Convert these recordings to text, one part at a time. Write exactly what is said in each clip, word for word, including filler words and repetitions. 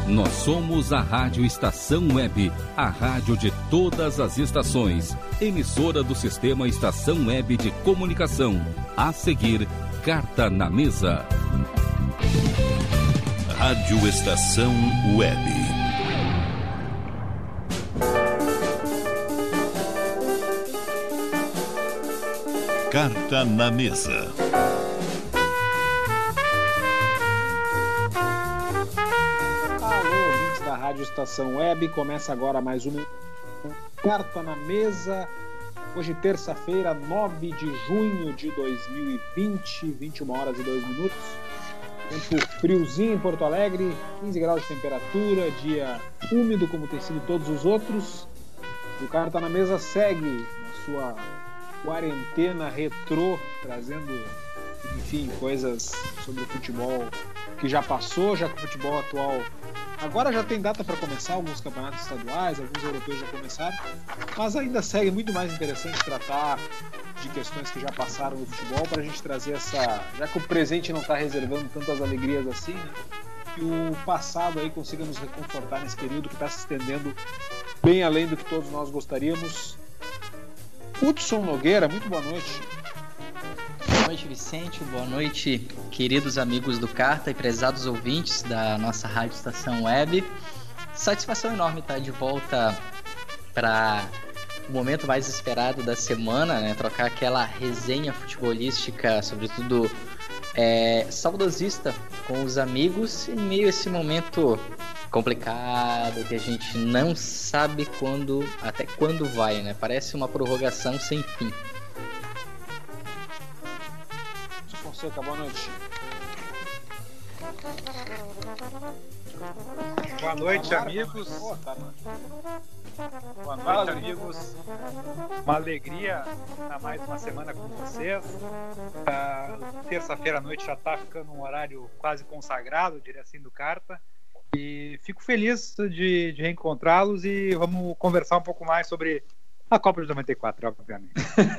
Nós somos a Rádio Estação Web, a rádio de todas as estações, emissora do Sistema Estação Web de Comunicação. A seguir, Carta na Mesa. Rádio Estação Web. Carta na Mesa. Rádio Estação Web, começa agora mais uma Carta na Mesa. Hoje, terça-feira, nove de junho de dois mil e vinte, vinte e uma horas e dois minutos. Tempo friozinho em Porto Alegre, quinze graus de temperatura, dia úmido como tem sido todos os outros. O Carta na Mesa segue na sua quarentena retrô, trazendo, enfim, coisas sobre o futebol que já passou, já que o futebol atual agora já tem data para começar, alguns campeonatos estaduais, alguns europeus já começaram, mas ainda segue muito mais interessante tratar de questões que já passaram no futebol, para a gente trazer essa, já que o presente não está reservando tantas alegrias assim, né, que o passado aí consiga nos reconfortar nesse período que está se estendendo bem além do que todos nós gostaríamos. Hudson Nogueira, muito boa noite. Boa noite, Vicente. Boa noite, queridos amigos do Carta e prezados ouvintes da nossa Rádio Estação Web. Satisfação enorme estar de volta para o momento mais esperado da semana, né? Trocar aquela resenha futebolística, sobretudo é, saudosista, com os amigos em meio a esse momento complicado que a gente não sabe quando, até quando vai, né? Parece uma prorrogação sem fim. Fonseca, boa noite. Boa noite, amigos. Boa noite, amigos. Uma alegria estar mais uma semana com vocês. Uh, terça-feira à noite já está ficando um horário quase consagrado, diria assim, do Carta. E fico feliz de, de reencontrá-los e vamos conversar um pouco mais sobre a Copa de noventa e quatro, obviamente.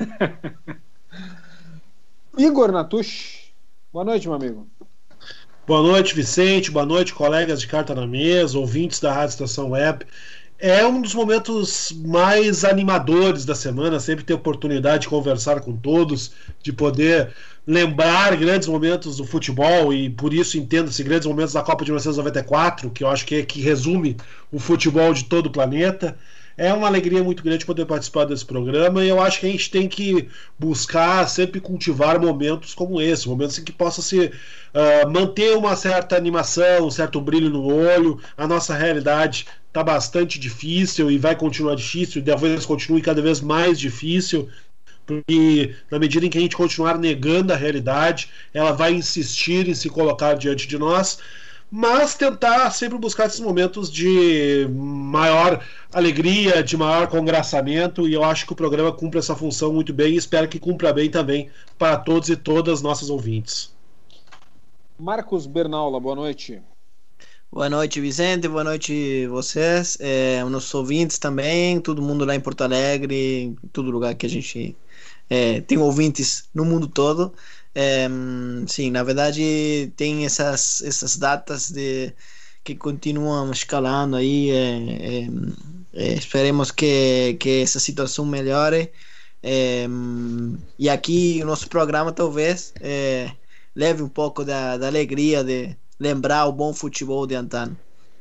Igor Natush, boa noite, meu amigo. Boa noite, Vicente, boa noite, colegas de Carta na Mesa, ouvintes da Rádio Estação Web. É um dos momentos mais animadores da semana, sempre ter oportunidade de conversar com todos, de poder lembrar grandes momentos do futebol, e por isso entendo-se grandes momentos da Copa de mil novecentos e noventa e quatro, que eu acho que é que resume o futebol de todo o planeta. É uma alegria muito grande poder participar desse programa, e eu acho que a gente tem que buscar sempre cultivar momentos como esse, momentos em que possa se uh, manter uma certa animação, um certo brilho no olho. A nossa realidade está bastante difícil e vai continuar difícil, e talvez continue cada vez mais difícil, porque na medida em que a gente continuar negando a realidade, ela vai insistir em se colocar diante de nós. Mas tentar sempre buscar esses momentos de maior alegria, de maior congraçamento, e eu acho que o programa cumpre essa função muito bem, e espero que cumpra bem também para todos e todas nossos ouvintes. Marcos Bernaula, boa noite. Boa noite, Vicente, boa noite vocês, é, os nossos ouvintes também, todo mundo lá em Porto Alegre, em todo lugar que a gente é, tem ouvintes no mundo todo. É, sim, na verdade tem essas, essas datas de, que continuam escalando aí, é, é, é, esperemos que, que essa situação melhore, é, e aqui o nosso programa talvez é, leve um pouco da, da alegria de lembrar o bom futebol de antaño.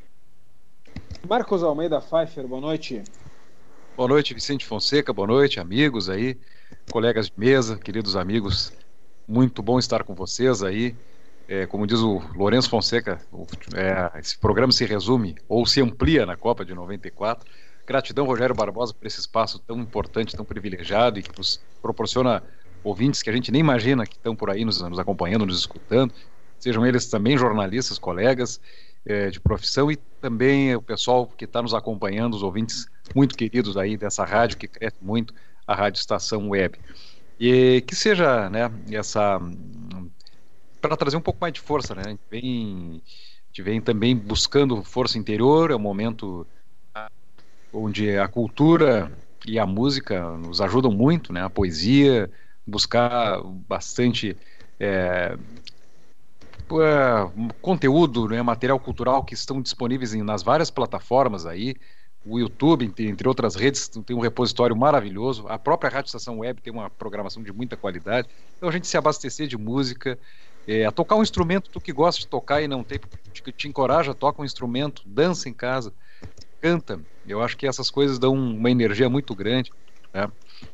Marcos Almeida Pfeiffer, boa noite. Boa noite, Vicente Fonseca, boa noite, amigos aí, colegas de mesa, queridos amigos. Muito bom estar com vocês aí. É, como diz o Lourenço Fonseca, o, é, esse programa se resume ou se amplia na Copa de noventa e quatro. Gratidão, Rogério Barbosa, por esse espaço tão importante, tão privilegiado, e que nos proporciona ouvintes que a gente nem imagina que estão por aí nos, nos acompanhando, nos escutando. Sejam eles também jornalistas, colegas é, de profissão, e também o pessoal que está nos acompanhando, os ouvintes muito queridos aí dessa rádio que cresce muito, a Rádio Estação Web. E que seja, né, essa, para trazer um pouco mais de força, né? A gente vem, a gente vem também buscando força interior. É um momento onde a cultura e a música nos ajudam muito, né? A poesia, buscar bastante é, uh, conteúdo, né, material cultural que estão disponíveis em, nas várias plataformas aí. O YouTube, entre, entre outras redes, tem um repositório maravilhoso. A própria Rádio Estação Web tem uma programação de muita qualidade. Então a gente se abastecer de música, é, a tocar um instrumento, tu que gosta de tocar e não tem, te, te encoraja, toca um instrumento, dança em casa, canta. Eu acho que essas coisas dão uma energia muito grande, né?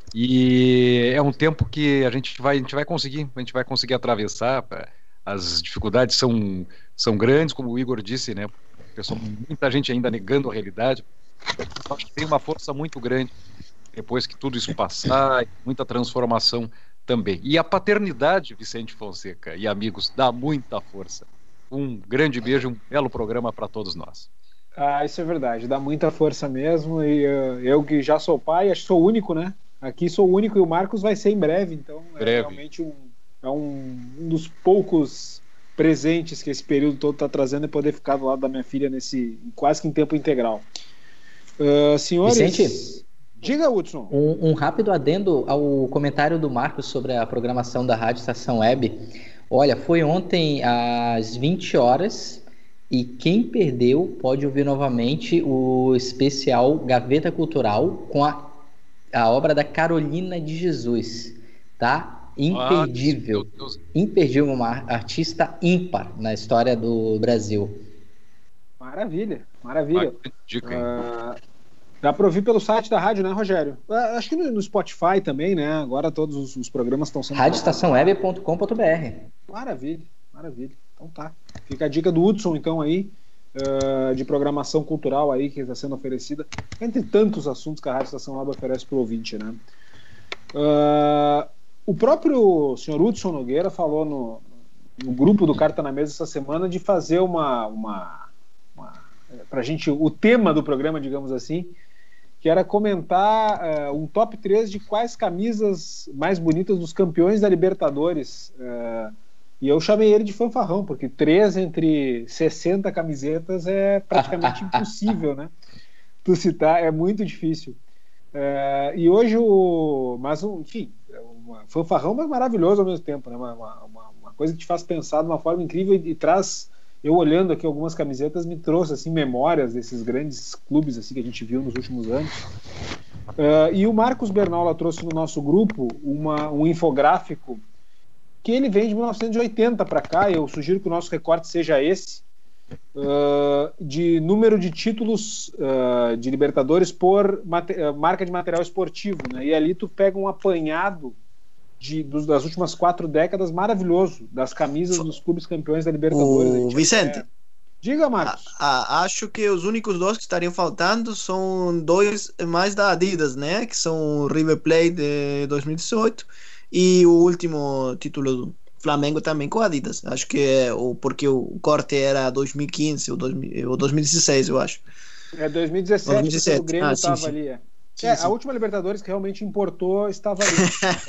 E é um tempo que a gente vai, a gente vai conseguir, a gente vai conseguir atravessar. As dificuldades são, são grandes, como o Igor disse, né? Pessoal, muita gente ainda negando a realidade. Eu acho que tem uma força muito grande depois que tudo isso passar, muita transformação também. E a paternidade, Vicente Fonseca e amigos, dá muita força. Um grande beijo, um belo programa para todos nós. Ah, isso é verdade, dá muita força mesmo. E uh, eu que já sou pai, acho que sou o único, né? Aqui sou o único e o Marcos vai ser em breve, então breve. É realmente um, é um, um dos poucos presentes que esse período todo está trazendo, é poder ficar do lado da minha filha nesse quase que em tempo integral. Uh, senhores, Vicente, diga, Hudson. Um, um rápido adendo ao comentário do Marcos sobre a programação da Rádio Estação Web. Olha, foi ontem às vinte horas e quem perdeu pode ouvir novamente o especial Gaveta Cultural com a, a obra da Carolina de Jesus, tá? Imperdível, ah, imperdível, uma artista ímpar na história do Brasil. Maravilha, maravilha. Ah, dica, uh, dá para ouvir pelo site da rádio, né, Rogério? Uh, acho que no, no Spotify também, né? Agora todos os, os programas estão sendo... rádio estação web ponto com ponto b r. Maravilha, maravilha. Então tá. Fica a dica do Hudson, então, aí, uh, de programação cultural aí que está sendo oferecida, entre tantos assuntos que a Rádio Estação Web oferece para o ouvinte, né? Uh, o próprio senhor Hudson Nogueira falou no, no grupo do Carta na Mesa essa semana de fazer uma... uma pra gente, o tema do programa, digamos assim, que era comentar uh, um top três de quais camisas mais bonitas dos campeões da Libertadores. Uh, e eu chamei ele de fanfarrão, porque três entre sessenta camisetas é praticamente impossível, né? Tu citar, é muito difícil. Uh, e hoje o... Mas, enfim, uma, fanfarrão, mas maravilhoso ao mesmo tempo, né? Uma, uma, uma coisa que te faz pensar de uma forma incrível e, e traz... Eu olhando aqui algumas camisetas me trouxe assim memórias desses grandes clubes assim que a gente viu nos últimos anos. Uh, e o Marcos Bernaula trouxe no nosso grupo uma, um infográfico que ele vem de mil novecentos e oitenta para cá. Eu sugiro que o nosso recorte seja esse, uh, de número de títulos uh, de Libertadores por mate- marca de material esportivo, né? E ali tu pega um apanhado De, dos, das últimas quatro décadas, maravilhoso, das camisas dos clubes campeões da Libertadores. O Vicente, é... diga, Marcos. A, a, acho que os únicos dois que estariam faltando são dois mais da Adidas, né? Que são o River Plate de dois mil e dezoito e o último título do Flamengo também com a Adidas. Acho que é o, porque o corte era dois mil e quinze ou, dois mil, ou dois mil e dezesseis, eu acho. É dois mil e dezessete, dois mil e dezessete. O Grêmio estava ah, ali. É. Sim, é, sim. A última Libertadores que realmente importou estava ali.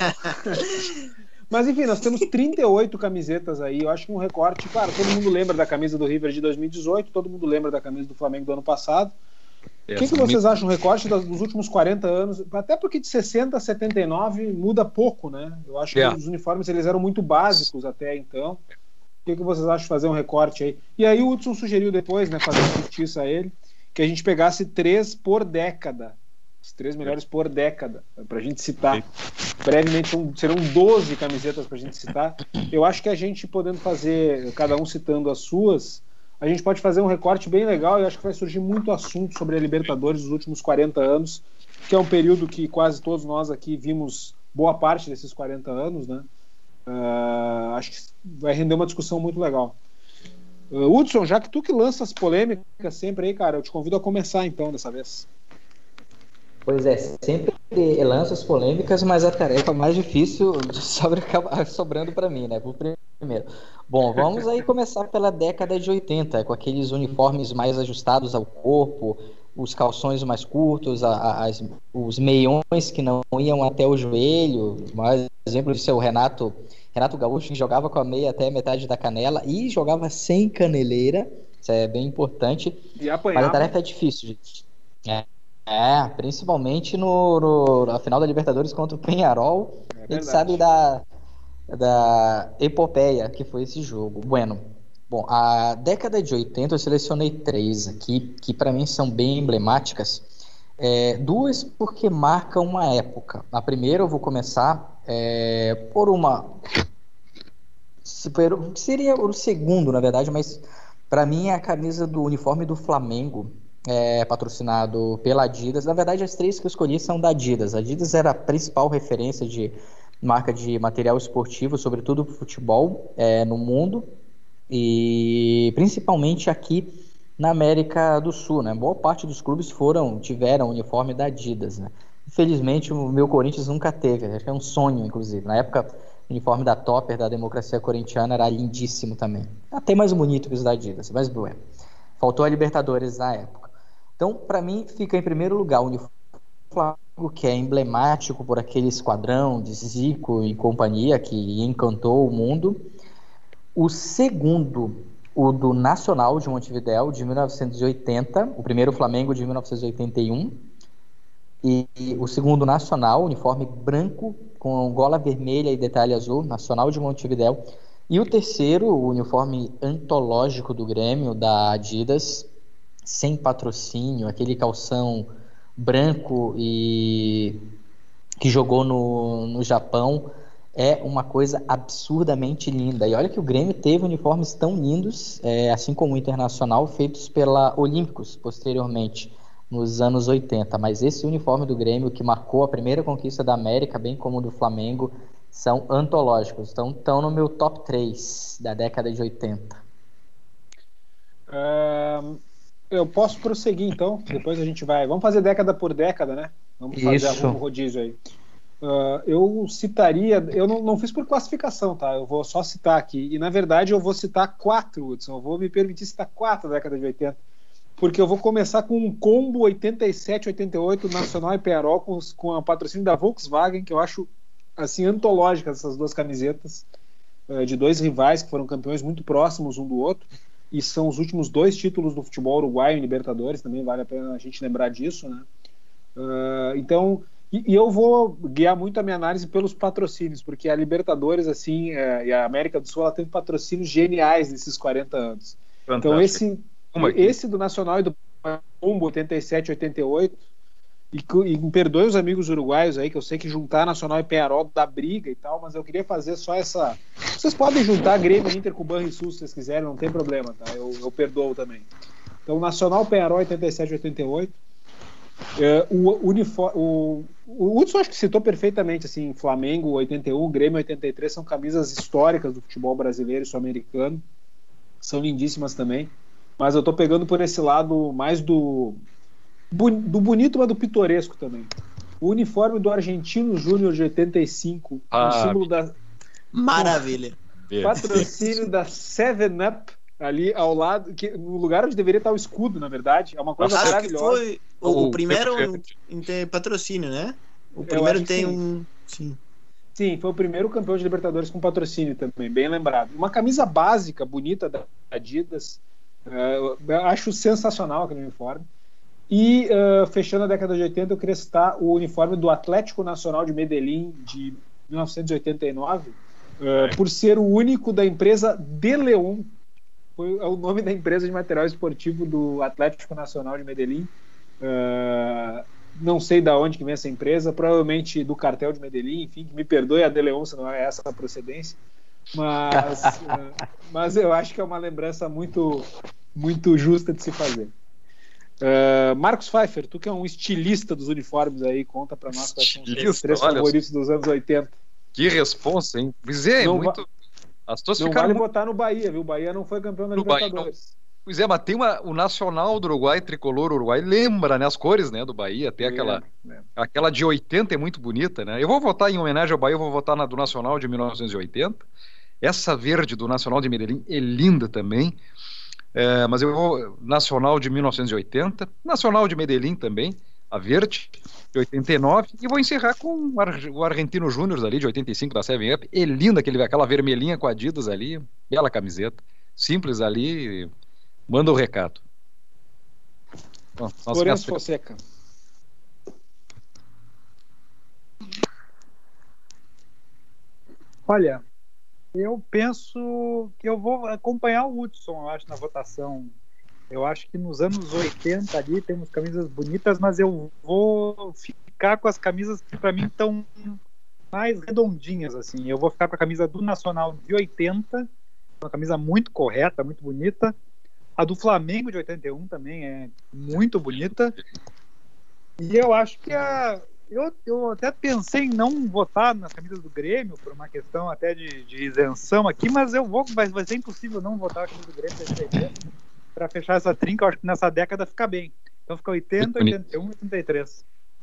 Mas enfim, nós temos trinta e oito camisetas aí. Eu acho que um recorte, claro, todo mundo lembra da camisa do River de dois mil e dezoito, todo mundo lembra da camisa do Flamengo do ano passado. O que, que vocês acham do recorte dos últimos quarenta anos? Até porque de sessenta a setenta e nove muda pouco, né? Eu acho yeah. que os uniformes eles eram muito básicos até então. O que, que vocês acham de fazer um recorte aí? E aí o Hudson sugeriu depois, né, fazer um fictício a ele, que a gente pegasse três por década. Os três melhores por década, para a gente citar. Brevemente são, serão doze camisetas para a gente citar. Eu acho que a gente podendo fazer, cada um citando as suas, a gente pode fazer um recorte bem legal. Eu acho que vai surgir muito assunto sobre a Libertadores dos últimos quarenta anos, que é um período que quase todos nós aqui vimos boa parte desses quarenta anos, né? Uh, acho que vai render uma discussão muito legal. Uh, Hudson, já que tu que lança as polêmicas sempre aí, cara, eu te convido a começar então dessa vez. Pois é, sempre lanço as polêmicas, mas a tarefa mais difícil sobre, sobrando para mim, né? Por primeiro. Bom, vamos aí começar pela década de oitenta, com aqueles uniformes mais ajustados ao corpo, os calções mais curtos, a, as, os meiões que não iam até o joelho. Mais exemplo disso é o Renato, Renato Gaúcho, que jogava com a meia até metade da canela e jogava sem caneleira. Isso é bem importante. E apanhava. Mas a tarefa é difícil, gente. É. É, principalmente no, no, na final da Libertadores contra o Peñarol. É, a gente sabe da, da epopeia que foi esse jogo. Bueno, Bom, a década de oitenta eu selecionei três aqui, que para mim são bem emblemáticas. É, duas porque marcam uma época. A primeira eu vou começar é, por uma... Seria o segundo, na verdade, mas para mim é a camisa do uniforme do Flamengo, é, patrocinado pela Adidas. Na verdade, as três que eu escolhi são da Adidas. A Adidas era a principal referência de marca de material esportivo, sobretudo para futebol, é, no mundo, e principalmente aqui na América do Sul, né? Boa parte dos clubes foram, tiveram o uniforme da Adidas, né? Infelizmente, o meu Corinthians nunca teve, acho que é um sonho, inclusive. Na época, o uniforme da Topper, da Democracia Corintiana, era lindíssimo também. Até mais bonito que os da Adidas, mas bueno. Faltou a Libertadores na época. Então, para mim, fica em primeiro lugar o uniforme do Flamengo, que é emblemático por aquele esquadrão de Zico e companhia que encantou o mundo. O segundo, o do Nacional de Montevidéu, de mil novecentos e oitenta, o primeiro Flamengo de mil novecentos e oitenta e um, e, e o segundo Nacional, uniforme branco com gola vermelha e detalhe azul, Nacional de Montevidéu, e o terceiro, o uniforme antológico do Grêmio, da Adidas, sem patrocínio, aquele calção branco e que jogou no, no Japão. É uma coisa absurdamente linda. E olha que o Grêmio teve uniformes tão lindos, é, assim como o Internacional, feitos pela Olímpicos posteriormente, nos anos oitenta. Mas esse uniforme do Grêmio, que marcou a primeira conquista da América, bem como o do Flamengo, são antológicos. Então estão no meu top três da década de oitenta. Uh, eu posso prosseguir, então. Depois a gente vai... Vamos fazer década por década, né? Vamos fazer Isso. um rodízio aí. Uh, eu citaria, eu não, não fiz por classificação, tá? Eu vou só citar aqui. E na verdade eu vou citar quatro, Hudson. Eu vou me permitir citar quatro da década de oitenta. Porque eu vou começar com um combo oitenta e sete, oitenta e oito, Nacional e Penharol, com, com a patrocínio da Volkswagen, que eu acho assim antológica essas duas camisetas, uh, de dois rivais que foram campeões muito próximos um do outro. E são os últimos dois títulos do futebol uruguaio em Libertadores, também vale a pena a gente lembrar disso, né? Uh, então. E eu vou guiar muito a minha análise pelos patrocínios, porque a Libertadores, assim, é, e a América do Sul, ela tem patrocínios geniais nesses quarenta anos. Fantástico. Então esse, esse do Nacional e do Combo oitenta e sete, oitenta e oito, e, e me perdoe os amigos uruguaios aí, que eu sei que juntar Nacional e Penharol dá briga e tal, mas eu queria fazer só essa... Vocês podem juntar Grêmio, Inter com Banrisul se vocês quiserem, não tem problema, tá? Eu, eu perdoo também. Então Nacional, Penharol, oitenta e sete, oitenta e oito. Uh, o, uniforme, o, o Hudson acho que citou perfeitamente, assim, Flamengo oitenta e um, Grêmio oitenta e três são camisas históricas do futebol brasileiro e sul-americano, são lindíssimas também, mas eu tô pegando por esse lado mais do do bonito, mas do pitoresco também. O uniforme do Argentino Júnior de oitenta e cinco, ah, o símbolo da maravilha, patrocínio da seven up ali ao lado, que, no lugar onde deveria estar o escudo, na verdade. É uma coisa acho maravilhosa. Que foi o, o primeiro em ter patrocínio, né? O primeiro tem um... Sim. Sim, foi o primeiro campeão de Libertadores com patrocínio também, bem lembrado. Uma camisa básica, bonita da Adidas. Uh, eu acho sensacional aquele uniforme. E, uh, fechando a década de oitenta, eu queria citar o uniforme do Atlético Nacional de Medellín, de mil novecentos e oitenta e nove, uh, por ser o único da empresa De Leon. Foi o nome da empresa de material esportivo do Atlético Nacional de Medellín. Uh, não sei de onde que vem essa empresa, provavelmente do cartel de Medellín, enfim, que me perdoe a De Leon se não é essa a procedência, mas, uh, mas eu acho que é uma lembrança muito, muito justa de se fazer. Uh, Marcos Pfeiffer, tu que é um estilista dos uniformes aí, conta pra nós quais são os três favoritos dos anos oitenta. Que responsa, hein? Zé, não muito... Va- As tuas não ficaram vale muito... botar no Bahia, viu? O Bahia não foi campeão da no Libertadores. Bahia, não... Pois é, mas tem uma... o Nacional do Uruguai, tricolor Uruguai, lembra, né? As cores, né, do Bahia, tem aquela... É, é. Aquela de oitenta é muito bonita, né? Eu vou votar em homenagem ao Bahia, eu vou votar na do Nacional de mil novecentos e oitenta. Essa verde do Nacional de Medellín é linda também. É, mas eu vou Nacional de mil novecentos e oitenta, Nacional de Medellín também, a verde, de oitenta e nove, e vou encerrar com o Argentino Júnior ali, de oitenta e cinco, da seven up. É linda aquele, aquela vermelhinha com Adidas ali, bela camiseta, simples ali, manda o recado. Bom, Lourenço Fonseca. Olha, Eu penso que eu vou acompanhar o Hudson, eu acho, na votação. Eu acho que nos anos oitenta ali temos camisas bonitas, mas eu vou ficar com as camisas que para mim estão mais redondinhas, assim. Eu vou ficar com a camisa do Nacional de oitenta, uma camisa muito correta, muito bonita. A do Flamengo de oitenta e um também é muito bonita. E eu acho que a... Eu, eu até pensei em não votar nas camisas do Grêmio, por uma questão até de, de isenção aqui, mas eu vou, vai, vai ser impossível não votar na camisa do Grêmio para fechar essa trinca. Eu acho que nessa década fica bem. Então fica oitenta, oitenta e um e oitenta e três.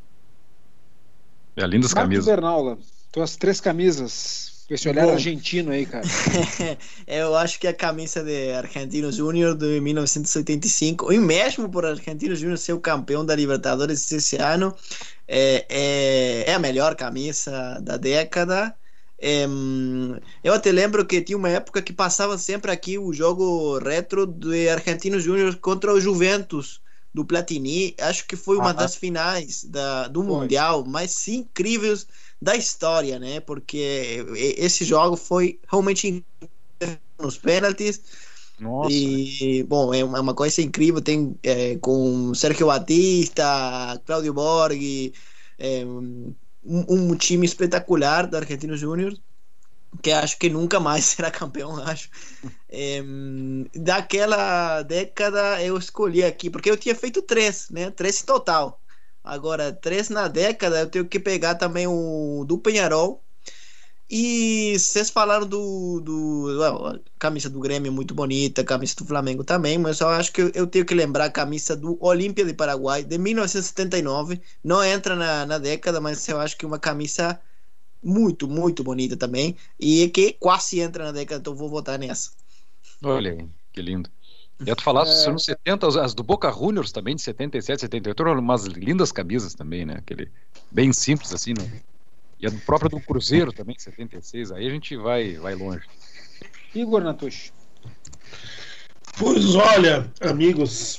É, lindas Marcos camisas. Bernaula, tuas três camisas. Esse olhar Bom. argentino aí, cara. Eu acho que a camisa de Argentinos Júnior de mil novecentos e oitenta e cinco, e mesmo por Argentinos Júnior ser o campeão da Libertadores esse ano, é, é, é a melhor camisa da década. É, eu até lembro que tinha uma época que passava sempre aqui o jogo retro de Argentinos Júnior contra o Juventus do Platini. Acho que foi uma Ah, das finais da, do foi. Mundial mais incríveis da história, né? Porque esse jogo foi realmente incrível nos pênaltis. Nossa. E, bom, é uma coisa incrível. Tem é, com Sérgio Batista, Cláudio Borghi, é, um, um time espetacular da Argentinos Júnior, que acho que nunca mais será campeão, acho. É, daquela década eu escolhi aqui, porque eu tinha feito três, né? Três em total. Agora, três na década, eu tenho que pegar também o do Peñarol. E vocês falaram do, do well, a camisa do Grêmio é muito bonita, a camisa do Flamengo também, mas eu acho que eu, eu tenho que lembrar a camisa do Olímpia de Paraguai, de mil novecentos e setenta e nove. Não entra na, na década, mas eu acho que é uma camisa muito, muito bonita também, e que quase entra na década, então eu vou votar nessa. Olha aí, que lindo. E tu falaste dos É. anos setenta, as- as do Boca Juniors também, de setenta e sete, setenta e oito, eram umas lindas camisas também, né? Aquele, bem simples assim, né? E a do próprio do Cruzeiro também, de setenta e seis, aí a gente vai, vai longe. Igor Natucci. Pois olha, amigos,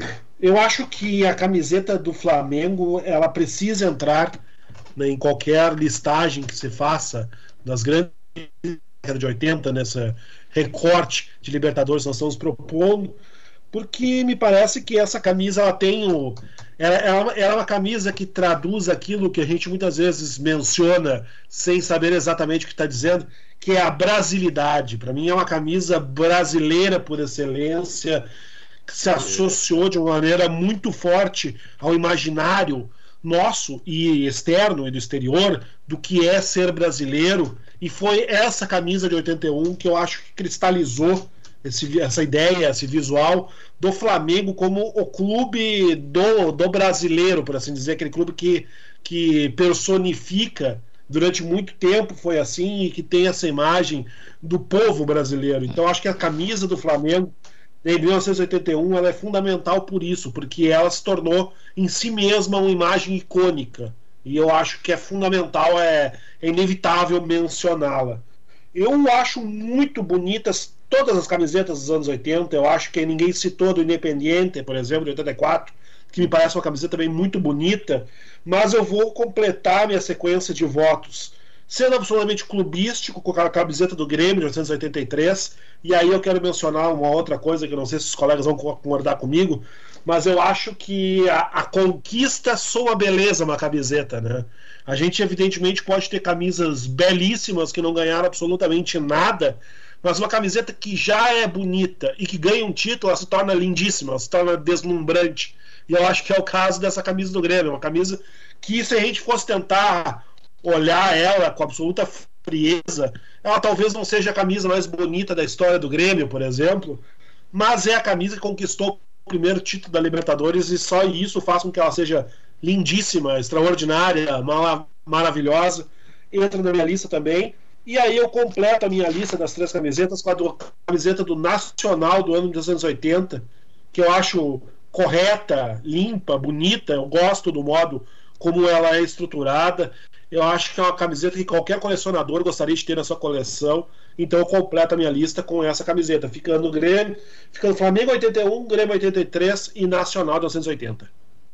eu acho que a camiseta do Flamengo ela precisa entrar, né, em qualquer listagem que se faça das grandes décadas de oitenta, nessa recorte de Libertadores que nós estamos propondo, porque me parece que essa camisa ela tem o, ela, ela, ela é uma camisa que traduz aquilo que a gente muitas vezes menciona sem saber exatamente o que está dizendo, que é a brasilidade. Para mim é uma camisa brasileira por excelência, que se associou de uma maneira muito forte ao imaginário nosso e externo e do exterior do que é ser brasileiro, e foi essa camisa de oitenta e um que eu acho que cristalizou esse, essa ideia, esse visual do Flamengo como o clube do, do brasileiro, por assim dizer, aquele clube que, que personifica, durante muito tempo foi assim, e que tem essa imagem do povo brasileiro. Então acho que a camisa do Flamengo em mil novecentos e oitenta e um ela é fundamental por isso, porque ela se tornou em si mesma uma imagem icônica, e eu acho que é fundamental, é, é inevitável mencioná-la. Eu acho muito bonitas todas as camisetas dos anos oitenta. Eu acho que ninguém citou do Independiente, por exemplo, de oitenta e quatro, que me parece uma camiseta também muito bonita, mas eu vou completar minha sequência de votos sendo absolutamente clubístico com a camiseta do Grêmio de mil novecentos e oitenta e três, e aí eu quero mencionar uma outra coisa que eu não sei se os colegas vão concordar comigo, mas eu acho que a, a conquista soa beleza uma camiseta, né? A gente evidentemente pode ter camisas belíssimas que não ganharam absolutamente nada, mas uma camiseta que já é bonita e que ganha um título, ela se torna lindíssima, ela se torna deslumbrante, e eu acho que é o caso dessa camisa do Grêmio, uma camisa que, se a gente fosse tentar olhar ela com absoluta frieza, ela talvez não seja a camisa mais bonita da história do Grêmio, por exemplo, mas é a camisa que conquistou o primeiro título da Libertadores, e só isso faz com que ela seja lindíssima, extraordinária, mal- maravilhosa. Entra na minha lista também. E aí eu completo a minha lista das três camisetas com a do, camiseta do Nacional do ano de mil novecentos e oitenta, que eu acho correta, limpa, bonita. Eu gosto do modo como ela é estruturada. Eu acho que é uma camiseta que qualquer colecionador gostaria de ter na sua coleção. Então eu completo a minha lista com essa camiseta, ficando Grêmio, ficando Flamengo oitenta e um, Grêmio oitenta e três e Nacional de mil novecentos e oitenta.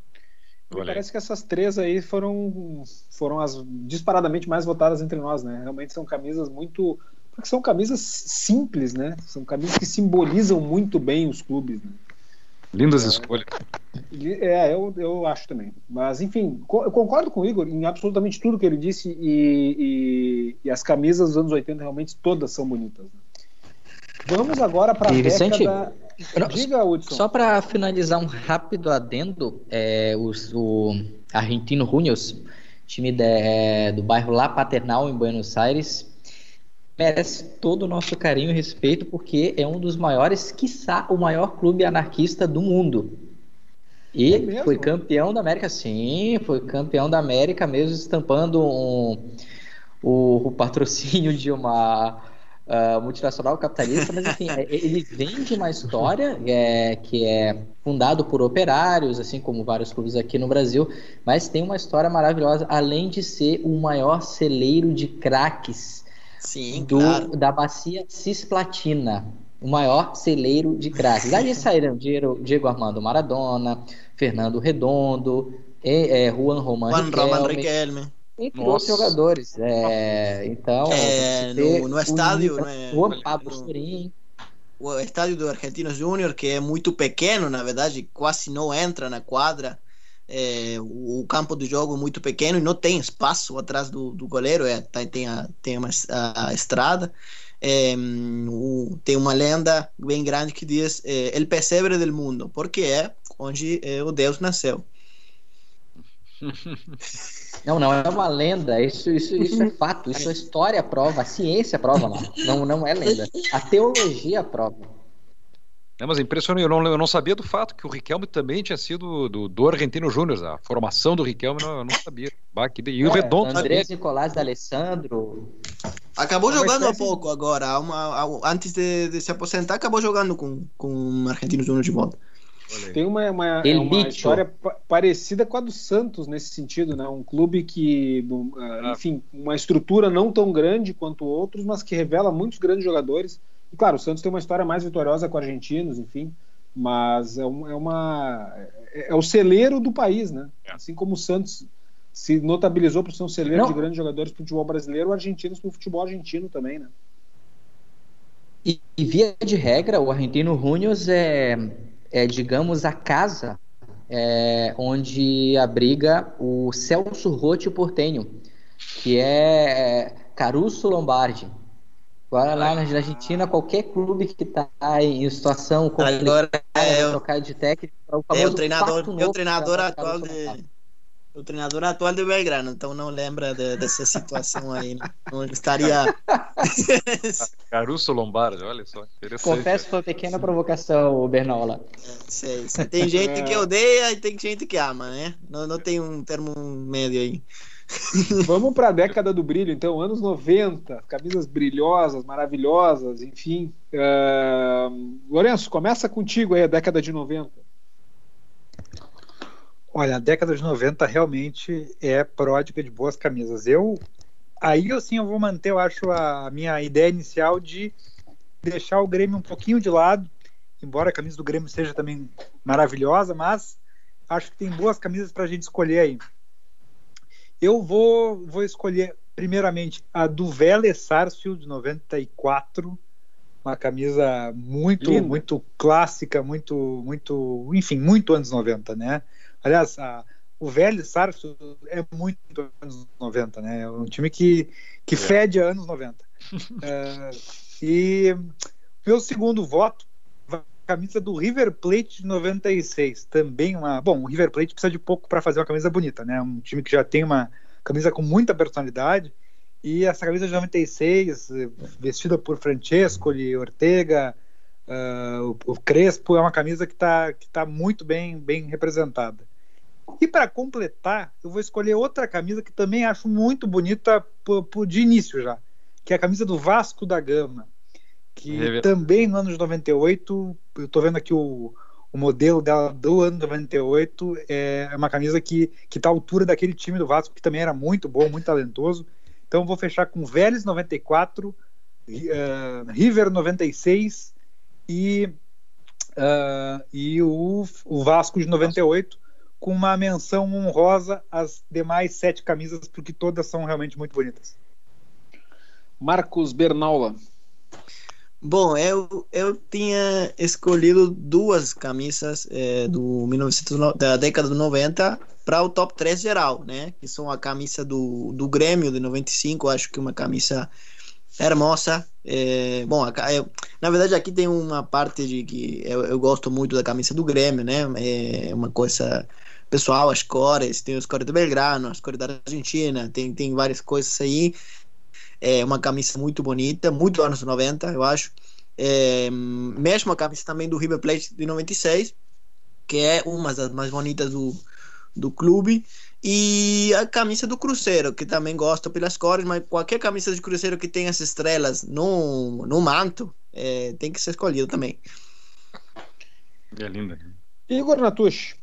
Me parece que essas três aí foram, foram as disparadamente mais votadas entre nós, né? Realmente são camisas muito, porque são camisas simples, né? São camisas que simbolizam muito bem os clubes, né? Lindas é, escolhas. É, eu, eu acho também. Mas, enfim, eu concordo com o Igor em absolutamente tudo que ele disse e, e, e as camisas dos anos oitenta realmente todas são bonitas. Né? Vamos agora para a década... Diga, Hudson. Só para finalizar um rápido adendo, é, os, o Argentino Juniors, time de, é, do bairro La Paternal, em Buenos Aires, merece todo o nosso carinho e respeito, porque é um dos maiores, quiçá o maior clube anarquista do mundo. E é foi campeão da América, sim, foi campeão da América, mesmo estampando um, o, o patrocínio de uma uh, multinacional capitalista, mas enfim, ele vem de uma história é, que é fundado por operários, assim como vários clubes aqui no Brasil, mas tem uma história maravilhosa, além de ser o maior celeiro de craques Sim, do, claro. da bacia Cisplatina, o maior celeiro de craques. Daí saíram Diego, Diego Armando Maradona, Fernando Redondo, e, é, Juan Román Juan Riquelme, Román Riquelme, entre outros jogadores. É, então, é, no, no estádio, o, né, Juan Pablo Sorin. O estádio do Argentinos Júnior, que é muito pequeno, na verdade, quase não entra na quadra. É, o campo do jogo é muito pequeno e não tem espaço atrás do, do goleiro, é, tem, a, tem uma, a, a estrada. É, o, tem uma lenda bem grande que diz é, El Pesebre del Mundo, porque é onde é, o Deus nasceu. Não, não é uma lenda, isso, isso, isso é fato, isso a história prova, a ciência prova, não, não, não é lenda, a teologia prova. É, mas é impressionante, eu não, eu não sabia do fato que o Riquelme também tinha sido do, do Argentino Júnior, a formação do Riquelme eu não sabia. Bah, que, e o é, Redondo Andrés Nicolás D'Alessandro. Acabou jogando há pouco agora, uma, antes de, de se aposentar, acabou jogando com, com o Argentino Júnior de volta. Tem uma, uma, é uma história pa- parecida com a do Santos nesse sentido, né? Um clube que, uh, enfim, uma estrutura não tão grande quanto outros, mas que revela muitos grandes jogadores. E claro, o Santos tem uma história mais vitoriosa com argentinos, enfim, mas é uma, é, uma, é, é o celeiro do país, né? Assim como o Santos se notabilizou por ser um celeiro não. de grandes jogadores do futebol brasileiro, o Argentinos no futebol argentino também, né? E, e via de regra, o Argentino Juniors é, é digamos, a casa é, onde abriga o Celso Rotti Porteño, que é Caruso Lombardi. Agora lá na Argentina, qualquer clube que está em situação agora é o trocar de técnico, o é o treinador, é o treinador atual de o treinador atual de Belgrano, então não lembra de, dessa situação aí, né? Não estaria Caruso Lombardi, olha só, interessante. Confesso que foi uma pequena provocação, Bernola. É, sei, sei. Tem gente que odeia e tem gente que ama, né? Não, não tem um termo médio aí. Vamos para a década do brilho, então, anos noventa, camisas brilhosas, maravilhosas, enfim. Uh, Lourenço, começa contigo aí, a década de noventa. Olha, a década de noventa realmente é pródiga de boas camisas. Eu, aí assim, eu vou manter, eu acho, a minha ideia inicial de deixar o Grêmio um pouquinho de lado, embora a camisa do Grêmio seja também maravilhosa, mas acho que tem boas camisas para a gente escolher aí. Eu vou, vou escolher, primeiramente, a do Vélez Sarsfield, de noventa e quatro, uma camisa muito, Linda. muito clássica, muito, muito, enfim, muito anos noventa, né? Aliás, a, o Vélez Sarsfield é muito anos noventa, né? É um time que, que é. fede a anos noventa. é, e meu segundo voto, a camisa do River Plate de noventa e seis, também uma... Bom, o River Plate precisa de pouco para fazer uma camisa bonita, né? Um time que já tem uma camisa com muita personalidade, e essa camisa de noventa e seis, vestida por Francescoli, Ortega, uh, o, o Crespo, é uma camisa que está que tá muito bem, bem representada. E para completar, eu vou escolher outra camisa que também acho muito bonita por, por, de início já, que é a camisa do Vasco da Gama, que é também no ano de noventa e oito, eu estou vendo aqui o, o modelo dela do ano noventa e oito, é uma camisa que está à altura daquele time do Vasco, que também era muito bom, muito talentoso. Então eu vou fechar com Vélez noventa e quatro, uh, River noventa e seis e, uh, e o, o Vasco de noventa e oito, com uma menção honrosa às demais sete camisas, porque todas são realmente muito bonitas. Marcos Bernaula. Bom, eu, eu tinha escolhido duas camisas é, do mil e novecentos, da década de noventa para o top três geral, né? Que são a camisa do, do Grêmio de noventa e cinco, acho que uma camisa hermosa. É, bom, eu, na verdade aqui tem uma parte de que eu, eu gosto muito da camisa do Grêmio, né? É uma coisa pessoal, as cores, tem as cores do Belgrano, as cores da Argentina, tem, tem várias coisas aí. É uma camisa muito bonita, muito anos noventa, eu acho. É, mesmo a camisa também do River Plate de noventa e seis, que é uma das mais bonitas do, do clube. E a camisa do Cruzeiro, que também gosto pelas cores, mas qualquer camisa de Cruzeiro que tenha as estrelas no, no manto, é, tem que ser escolhido também. É linda. Igor Natucci.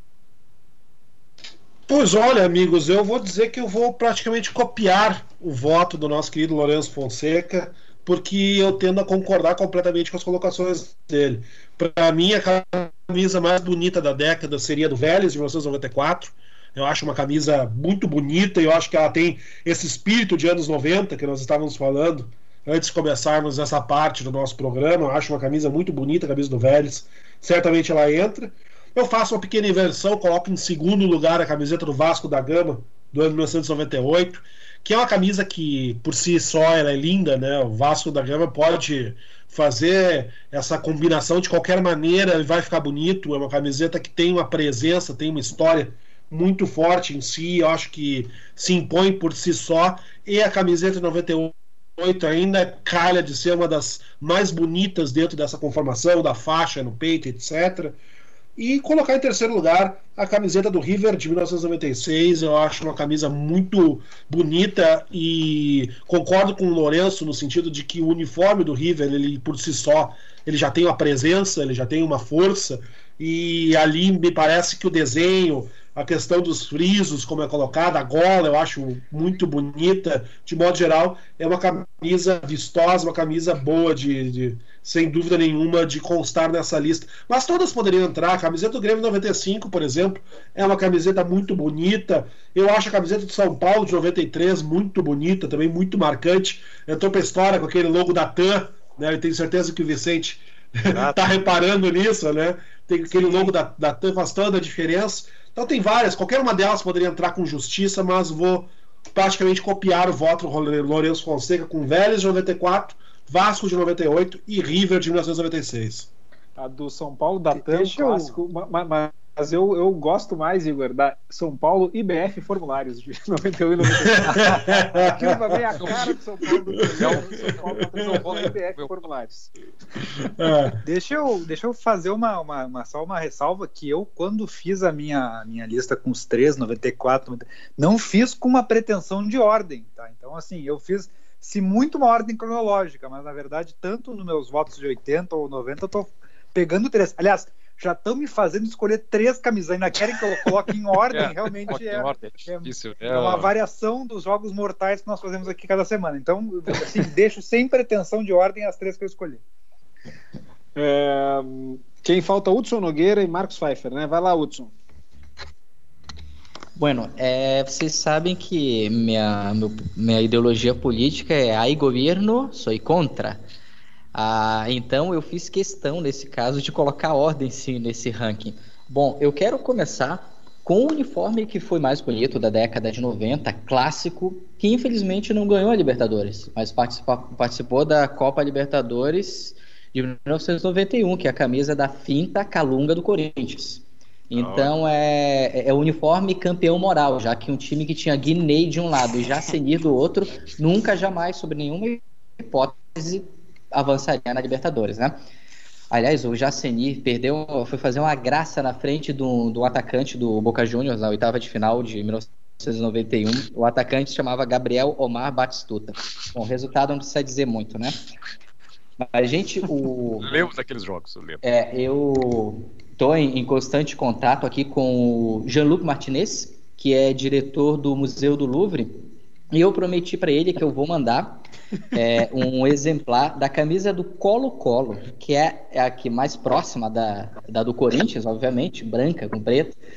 Pois olha, amigos, eu vou dizer que eu vou praticamente copiar o voto do nosso querido Lourenço Fonseca, porque eu tendo a concordar completamente com as colocações dele. Para mim, a camisa mais bonita da década seria do Vélez, de mil novecentos e noventa e quatro. Eu acho uma camisa muito bonita e eu acho que ela tem esse espírito de anos noventa que nós estávamos falando antes de começarmos essa parte do nosso programa. Eu acho uma camisa muito bonita, a camisa do Vélez. Certamente ela entra. Eu faço uma pequena inversão, coloco em segundo lugar a camiseta do Vasco da Gama, do ano mil novecentos e noventa e oito, que é uma camisa que, por si só, ela é linda, né? O Vasco da Gama pode fazer essa combinação de qualquer maneira e vai ficar bonito. É uma camiseta que tem uma presença, tem uma história muito forte em si, eu acho que se impõe por si só, e a camiseta de noventa e oito ainda calha de ser uma das mais bonitas dentro dessa conformação, da faixa no peito, etcétera. E colocar em terceiro lugar a camiseta do River de mil novecentos e noventa e seis. Eu acho uma camisa muito bonita e concordo com o Lourenço no sentido de que o uniforme do River, ele por si só, ele já tem uma presença, ele já tem uma força, e ali me parece que o desenho, a questão dos frisos, como é colocada, a gola, eu acho muito bonita. De modo geral, é uma camisa vistosa, uma camisa boa, de, de sem dúvida nenhuma, de constar nessa lista. Mas todas poderiam entrar. A camiseta do Grêmio noventa e cinco, por exemplo, é uma camiseta muito bonita. Eu acho a camiseta do São Paulo de noventa e três muito bonita, também muito marcante. Entrou pra história com aquele logo da T A M, né? Eu tenho certeza que o Vicente está reparando nisso, né? Tem aquele logo da, da T A M, faz toda a diferença. Então tem várias, qualquer uma delas poderia entrar com justiça, mas vou praticamente copiar o voto do Lourenço Fonseca com Vélez de noventa e quatro, Vasco de noventa e oito e River de mil novecentos e noventa e seis. A do São Paulo da T A M, clássico, eu... mas, mas eu, eu gosto mais, Igor, da São Paulo I B F Formulários de noventa e um e noventa e quatro. Aquilo vai bem a cara do São Paulo do São Paulo, São Paulo I B F Formulários. É. Deixa eu, deixa eu fazer uma, uma, uma, só uma ressalva que eu, quando fiz a minha, minha lista com os três, noventa e quatro, não fiz com uma pretensão de ordem, tá? Então, assim, eu fiz se muito uma ordem cronológica, mas na verdade, tanto nos meus votos de oitenta ou noventa, eu tô pegando três. Aliás, já estão me fazendo escolher três camisas, ainda querem que eu coloque em ordem, é, realmente é, ordem, é, difícil, é, é uma variação dos jogos mortais que nós fazemos aqui cada semana. Então, assim, deixo sem pretensão de ordem as três que eu escolhi. É, quem falta? Hudson Nogueira e Marcos Pfeiffer, né? Vai lá, Hudson. Bueno, é, vocês sabem que minha, meu, minha ideologia política é ai governo, sou contra. Ah, então eu fiz questão, nesse caso, de colocar ordem sim nesse ranking. Bom, eu quero começar com o uniforme que foi mais bonito da década de noventa, clássico, que infelizmente não ganhou a Libertadores, mas participou, participou da Copa Libertadores de mil novecentos e noventa e um, que é a camisa da finta Calunga do Corinthians. Então é, é o uniforme campeão moral, já que um time que tinha Guinei de um lado e Jacenir do outro, nunca jamais, sob nenhuma hipótese, avançaria na Libertadores, né? Aliás, o Jacenir perdeu, foi fazer uma graça na frente do, do atacante do Boca Juniors, na oitava de final de mil novecentos e noventa e um. O atacante se chamava Gabriel Omar Batistuta. Bom, o resultado não precisa dizer muito, né? A gente, o... Lembro daqueles jogos, eu lembro. É, eu estou em, em constante contato aqui com o Jean-Luc Martinez, que é diretor do Museu do Louvre, e eu prometi para ele que eu vou mandar é, um exemplar da camisa do Colo-Colo, que é a que mais próxima da, da do Corinthians, obviamente, branca com preto,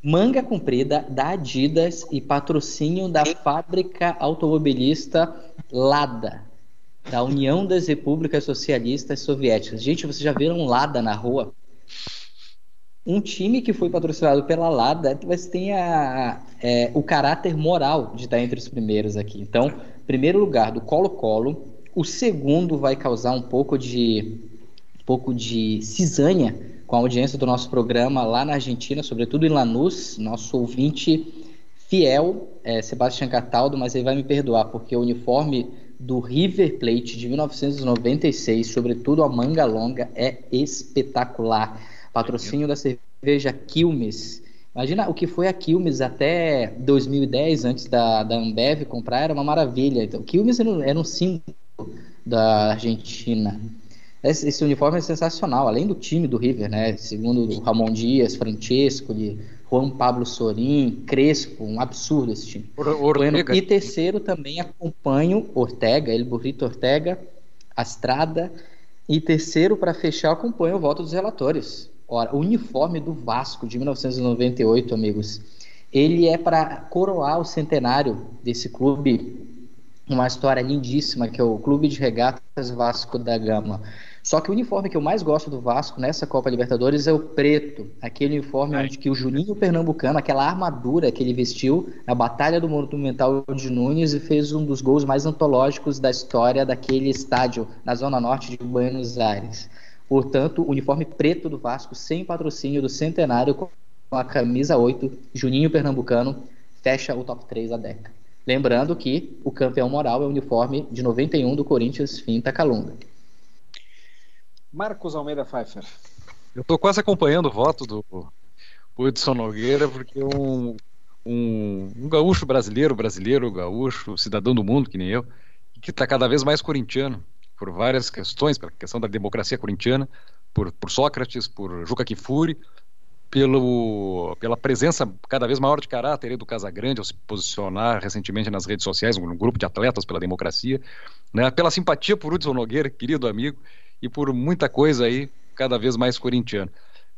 Manga comprida da Adidas e patrocínio da fábrica automobilista Lada, da União das Repúblicas Socialistas Soviéticas. Gente, vocês já viram Lada na rua? Um time que foi patrocinado pela Lada, mas tem a, é, o caráter moral de estar entre os primeiros aqui. Então, primeiro lugar do Colo-Colo. O segundo vai causar um pouco de, um pouco de cisânia com a audiência do nosso programa lá na Argentina, sobretudo em Lanús, nosso ouvinte fiel, é, Sebastião Cataldo, mas ele vai me perdoar, porque o uniforme do River Plate de mil novecentos e noventa e seis, sobretudo a manga longa, é espetacular. Patrocínio da cerveja Quilmes. Imagina o que foi a Quilmes até dois mil e dez, antes da, da Ambev comprar, era uma maravilha. Então, Quilmes era um, era um símbolo da Argentina. Esse, esse uniforme é sensacional, além do time do River, né? Segundo o Ramon Dias, Francesco, de Juan Pablo Sorin, Crespo, um absurdo esse time. Ortega. E terceiro também acompanho Ortega, El Burrito Ortega, Astrada. E terceiro, para fechar, acompanho o voto dos relatores. Ora, o uniforme do Vasco de mil novecentos e noventa e oito, amigos, ele é para coroar o centenário desse clube, uma história lindíssima, que é o Clube de Regatas Vasco da Gama. Só que o uniforme que eu mais gosto do Vasco nessa Copa Libertadores é o preto, aquele uniforme onde que o Juninho Pernambucano, aquela armadura que ele vestiu na Batalha do Monumental de Nunes e fez um dos gols mais antológicos da história daquele estádio na zona norte de Buenos Aires. Portanto, o uniforme preto do Vasco, sem patrocínio do Centenário, com a camisa oito, Juninho Pernambucano, fecha o top três da década. Lembrando que o campeão moral é o uniforme de noventa e um do Corinthians Finta Calunga. Marcos Almeida Pfeiffer. Eu estou quase acompanhando o voto do Hudson Nogueira, porque um, um, um gaúcho brasileiro, brasileiro, gaúcho, cidadão do mundo, que nem eu, que está cada vez mais corintiano, por várias questões, pela questão da democracia corintiana, por, por Sócrates, por Juca Kfouri, pelo, pela presença cada vez maior de caráter do Casagrande ao se posicionar recentemente nas redes sociais, um grupo de atletas pela democracia, né, pela simpatia por Hudson Nogueira, querido amigo, e por muita coisa aí, cada vez mais corintiano.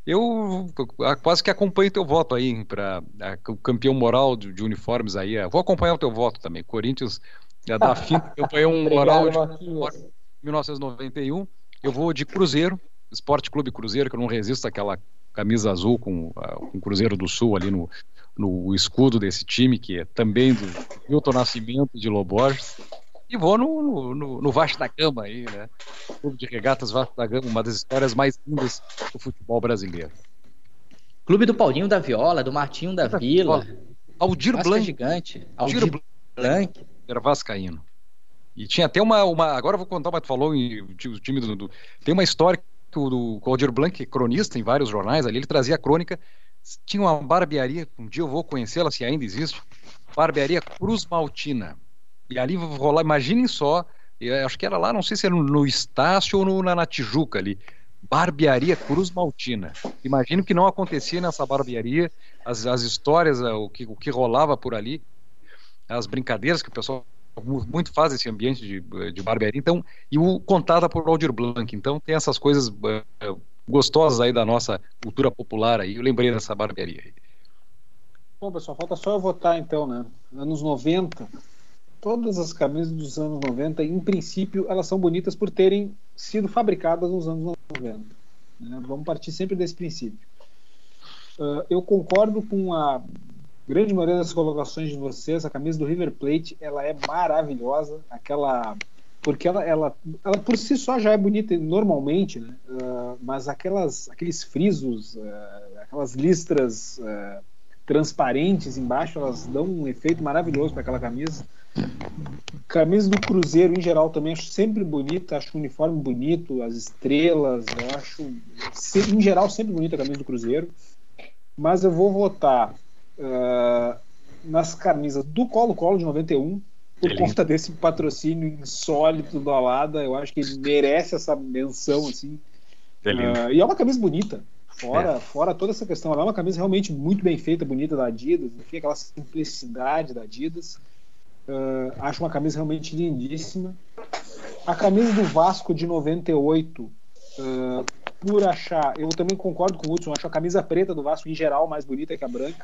Eu quase que acompanho teu voto aí para o campeão moral de, de uniformes aí. Vou acompanhar o teu voto também. Corinthians já dá fim, campeão moral de mil novecentos e noventa e um. Eu vou de Cruzeiro, Esporte Clube Cruzeiro, que eu não resisto àquela camisa azul com, com o Cruzeiro do Sul ali no, no escudo desse time, que é também do Milton Nascimento de Loborges. E vou no, no, no Vasco da Gama aí, né? Clube de Regatas Vasco da Gama, uma das histórias mais lindas do futebol brasileiro. Clube do Paulinho da Viola, do Martinho da Vila. Aldir Vasco Blanc. Gigante. Aldir, Aldir Blanc. Era vascaíno. E tinha até uma, uma... Agora eu vou contar, mas tu falou em o time do, do... Tem uma história que o, do, o Aldir Blanc, cronista em vários jornais ali, ele trazia a crônica. Tinha uma barbearia, um dia eu vou conhecê-la, se ainda existe. Barbearia Cruz Maltina. E ali rolar, imaginem só, eu acho que era lá, não sei se era no, no Estácio ou no, na, na Tijuca ali, Barbearia Cruz Maltina. Imagino que não acontecia nessa barbearia, as, as histórias, o que, o que rolava por ali, as brincadeiras que o pessoal muito faz esse ambiente de, de barbearia, então, e o contada por Aldir Blanc, então tem essas coisas uh, gostosas aí da nossa cultura popular aí, eu lembrei dessa barbearia aí. Bom, pessoal, falta só eu votar então, né? Anos noventa... Todas as camisas dos anos noventa, em princípio, elas são bonitas por terem sido fabricadas nos anos noventa. Né? Vamos partir sempre desse princípio. Uh, eu concordo com a grande maioria das colocações de vocês. A camisa do River Plate, ela é maravilhosa. Aquela, porque ela, ela, ela por si só já é bonita normalmente, né? Uh, mas aquelas, aqueles frisos, uh, aquelas listras uh, transparentes embaixo, elas dão um efeito maravilhoso para aquela camisa. Camisa do Cruzeiro em geral também acho sempre bonita, acho o uniforme bonito, as estrelas, eu acho em geral sempre bonita a camisa do Cruzeiro, mas eu vou votar uh, nas camisas do Colo-Colo de noventa e um por Ele... conta desse patrocínio insólito do Alada. Eu acho que ele merece essa menção assim. Uh, e é uma camisa bonita. Fora, é. fora toda essa questão, ela é uma camisa realmente muito bem feita, bonita da Adidas, enfim, aquela simplicidade da Adidas. Uh, acho uma camisa realmente lindíssima. A camisa do Vasco de noventa e oito, uh, por achar, eu também concordo com o Hudson, acho a camisa preta do Vasco em geral mais bonita que a branca,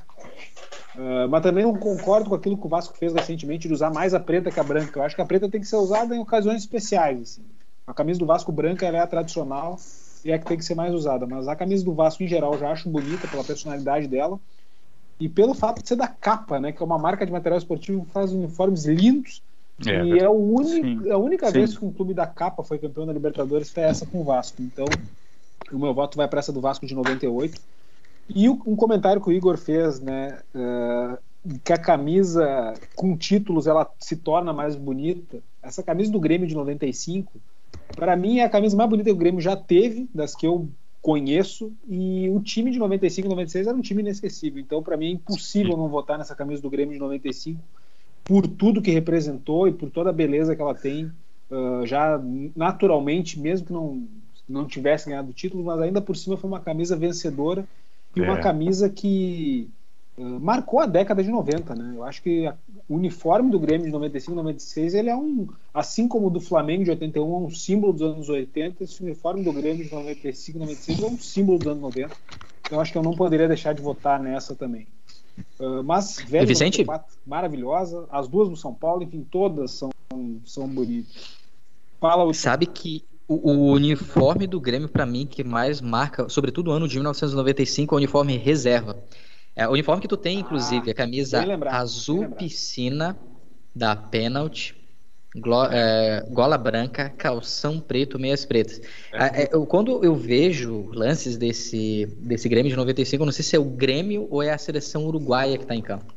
uh, mas também não concordo com aquilo que o Vasco fez recentemente de usar mais a preta que a branca. Eu acho que a preta tem que ser usada em ocasiões especiais, assim. A camisa do Vasco branca ela é a tradicional e é que tem que ser mais usada, mas a camisa do Vasco em geral eu já acho bonita pela personalidade dela e pelo fato de ser da Capa, né, que é uma marca de material esportivo que faz uniformes lindos. É, e é, o único, a única sim. vez que um clube da Capa foi campeão da Libertadores foi essa com o Vasco. Então o meu voto vai para essa do Vasco de noventa e oito. E um comentário que o Igor fez, né, uh, que a camisa com títulos ela se torna mais bonita. Essa camisa do Grêmio de noventa e cinco, para mim é a camisa mais bonita que o Grêmio já teve, das que eu conheço, e o time de noventa e cinco e noventa e seis era um time inesquecível. Então para mim é impossível não votar nessa camisa do Grêmio de noventa e cinco por tudo que representou e por toda a beleza que ela tem, uh, já naturalmente, mesmo que não não tivesse ganhado o título, mas ainda por cima foi uma camisa vencedora e é. uma camisa que uh, marcou a década de noventa, né? Eu acho que a, o uniforme do Grêmio de noventa e cinco e noventa e seis, ele é um, assim como o do Flamengo de oitenta e um, é um símbolo dos anos oitenta, esse uniforme do Grêmio de noventa e cinco e noventa e seis é um símbolo dos anos noventa. Então acho que eu não poderia deixar de votar nessa também. Uh, mas, velho, Vicente? Maravilhosa, as duas do São Paulo, enfim, todas são, são bonitas. Fala o... Sabe que O, o uniforme do Grêmio, para mim, que mais marca, sobretudo o ano de mil novecentos e noventa e cinco, é o uniforme reserva. É o uniforme que tu tem, inclusive, a camisa lembrado, azul piscina da Pênalti, glo, é, gola branca, calção preto, meias pretas. É. É, eu, quando eu vejo lances desse, desse Grêmio de noventa e cinco, eu não sei se é o Grêmio ou é a seleção uruguaia que está em campo.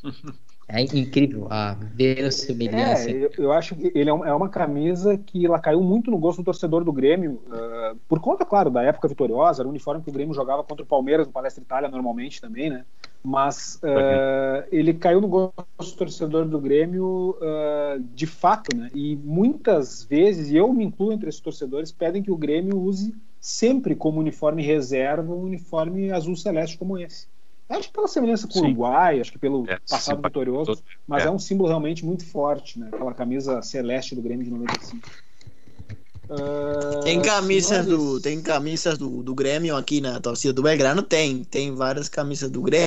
É incrível a verossimilhança. É, eu, eu acho que ele é, um, é uma camisa que ela caiu muito no gosto do torcedor do Grêmio, uh, por conta, claro, da época vitoriosa. Era o uniforme que o Grêmio jogava contra o Palmeiras no Palestra Itália normalmente também, né? Mas uh, ele caiu no gosto do torcedor do Grêmio uh, de fato, né? E muitas vezes, e eu me incluo entre esses torcedores, pedem que o Grêmio use sempre como uniforme reserva um uniforme azul celeste como esse. Acho que pela semelhança com o Uruguai, acho que pelo é, passado sim, vitorioso, mas é. é um símbolo realmente muito forte, né? Aquela camisa celeste do Grêmio de noventa e cinco. Uh, tem camisas do tem camisas do, do Grêmio aqui na torcida do Belgrano, tem tem várias camisas do Grêmio.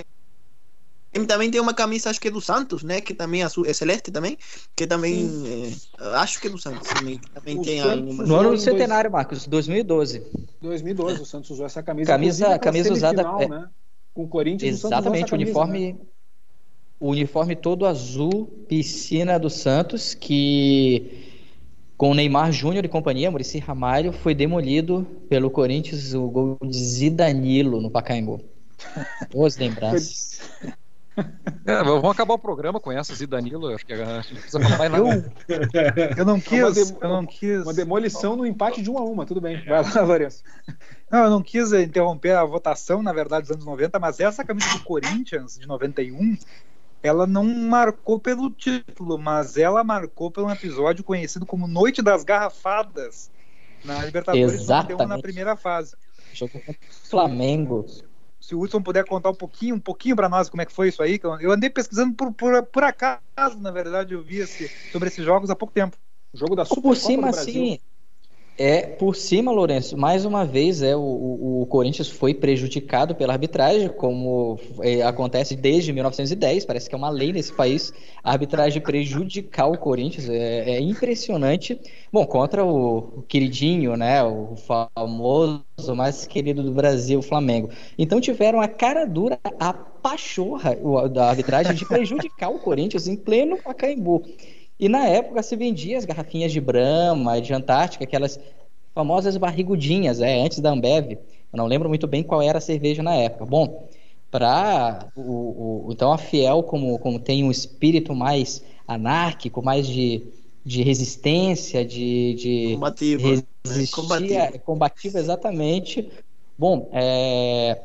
Também tem uma camisa, acho que é do Santos, né? Que também é, azul, é celeste também, que também é, acho que é do Santos também. também tem algumas... No ano do centenário, Marcos, dois mil e doze. dois mil e doze, o Santos usou essa camisa. Camisa, camisa usada. É... Né? Com o Corinthians, exatamente, o uniforme, né? o uniforme todo azul, piscina do Santos, que com o Neymar Júnior e companhia, Muricy Ramalho, foi demolido pelo Corinthians o gol de Zidanilo no Pacaembu. Boas lembranças. É, vamos acabar o programa com essa, Zidanilo. Acho que a gente não precisa falar mais nada. Eu, eu não quis, uma dem- eu não quis. Uma demolição no empate de um a um, tudo bem. Vai lá, Lourenço. Não, eu não quis interromper a votação, na verdade, dos anos noventa, mas essa camisa do Corinthians, de noventa e um, ela não marcou pelo título, mas ela marcou pelo episódio conhecido como Noite das Garrafadas, na Libertadores, exatamente, na primeira fase. Jogo contra o Flamengo. Se o Hudson puder contar um pouquinho, um pouquinho para nós como é que foi isso aí, que eu andei pesquisando por, por, por acaso, na verdade, eu vi esse, sobre esses jogos há pouco tempo. O jogo da Supercopa por cima, do Brasil. Assim, é, por cima, Lourenço, mais uma vez é, o, o, o Corinthians foi prejudicado pela arbitragem, como é, acontece desde mil novecentos e dez, parece que é uma lei nesse país, a arbitragem prejudicar o Corinthians, é, é impressionante. Bom, contra o, o queridinho, né, o famoso, mais querido do Brasil, o Flamengo. Então tiveram a cara dura, a pachorra da arbitragem de prejudicar o Corinthians em pleno Pacaembu. E na época se vendia as garrafinhas de Brahma, de Antártica, aquelas famosas barrigudinhas, é, antes da Ambev. Eu não lembro muito bem qual era a cerveja na época. Bom, para o, o então a Fiel, como, como tem um espírito mais anárquico, mais de, de resistência, de, de combativo, resistir, combativo. combativo, exatamente. Bom, é,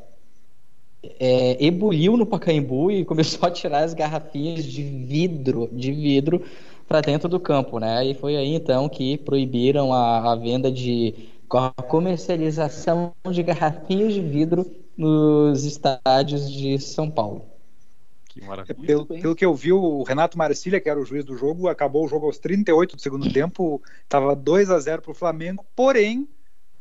é, ebuliu no Pacaembu e começou a tirar as garrafinhas de vidro, de vidro para dentro do campo, né? E foi aí então que proibiram a, a venda de a comercialização de garrafinhas de vidro nos estádios de São Paulo. Que maravilha. Pelo, pelo que eu vi, o Renato Marcília, que era o juiz do jogo, acabou o jogo aos trinta e oito do segundo tempo, estava dois a zero para o Flamengo, porém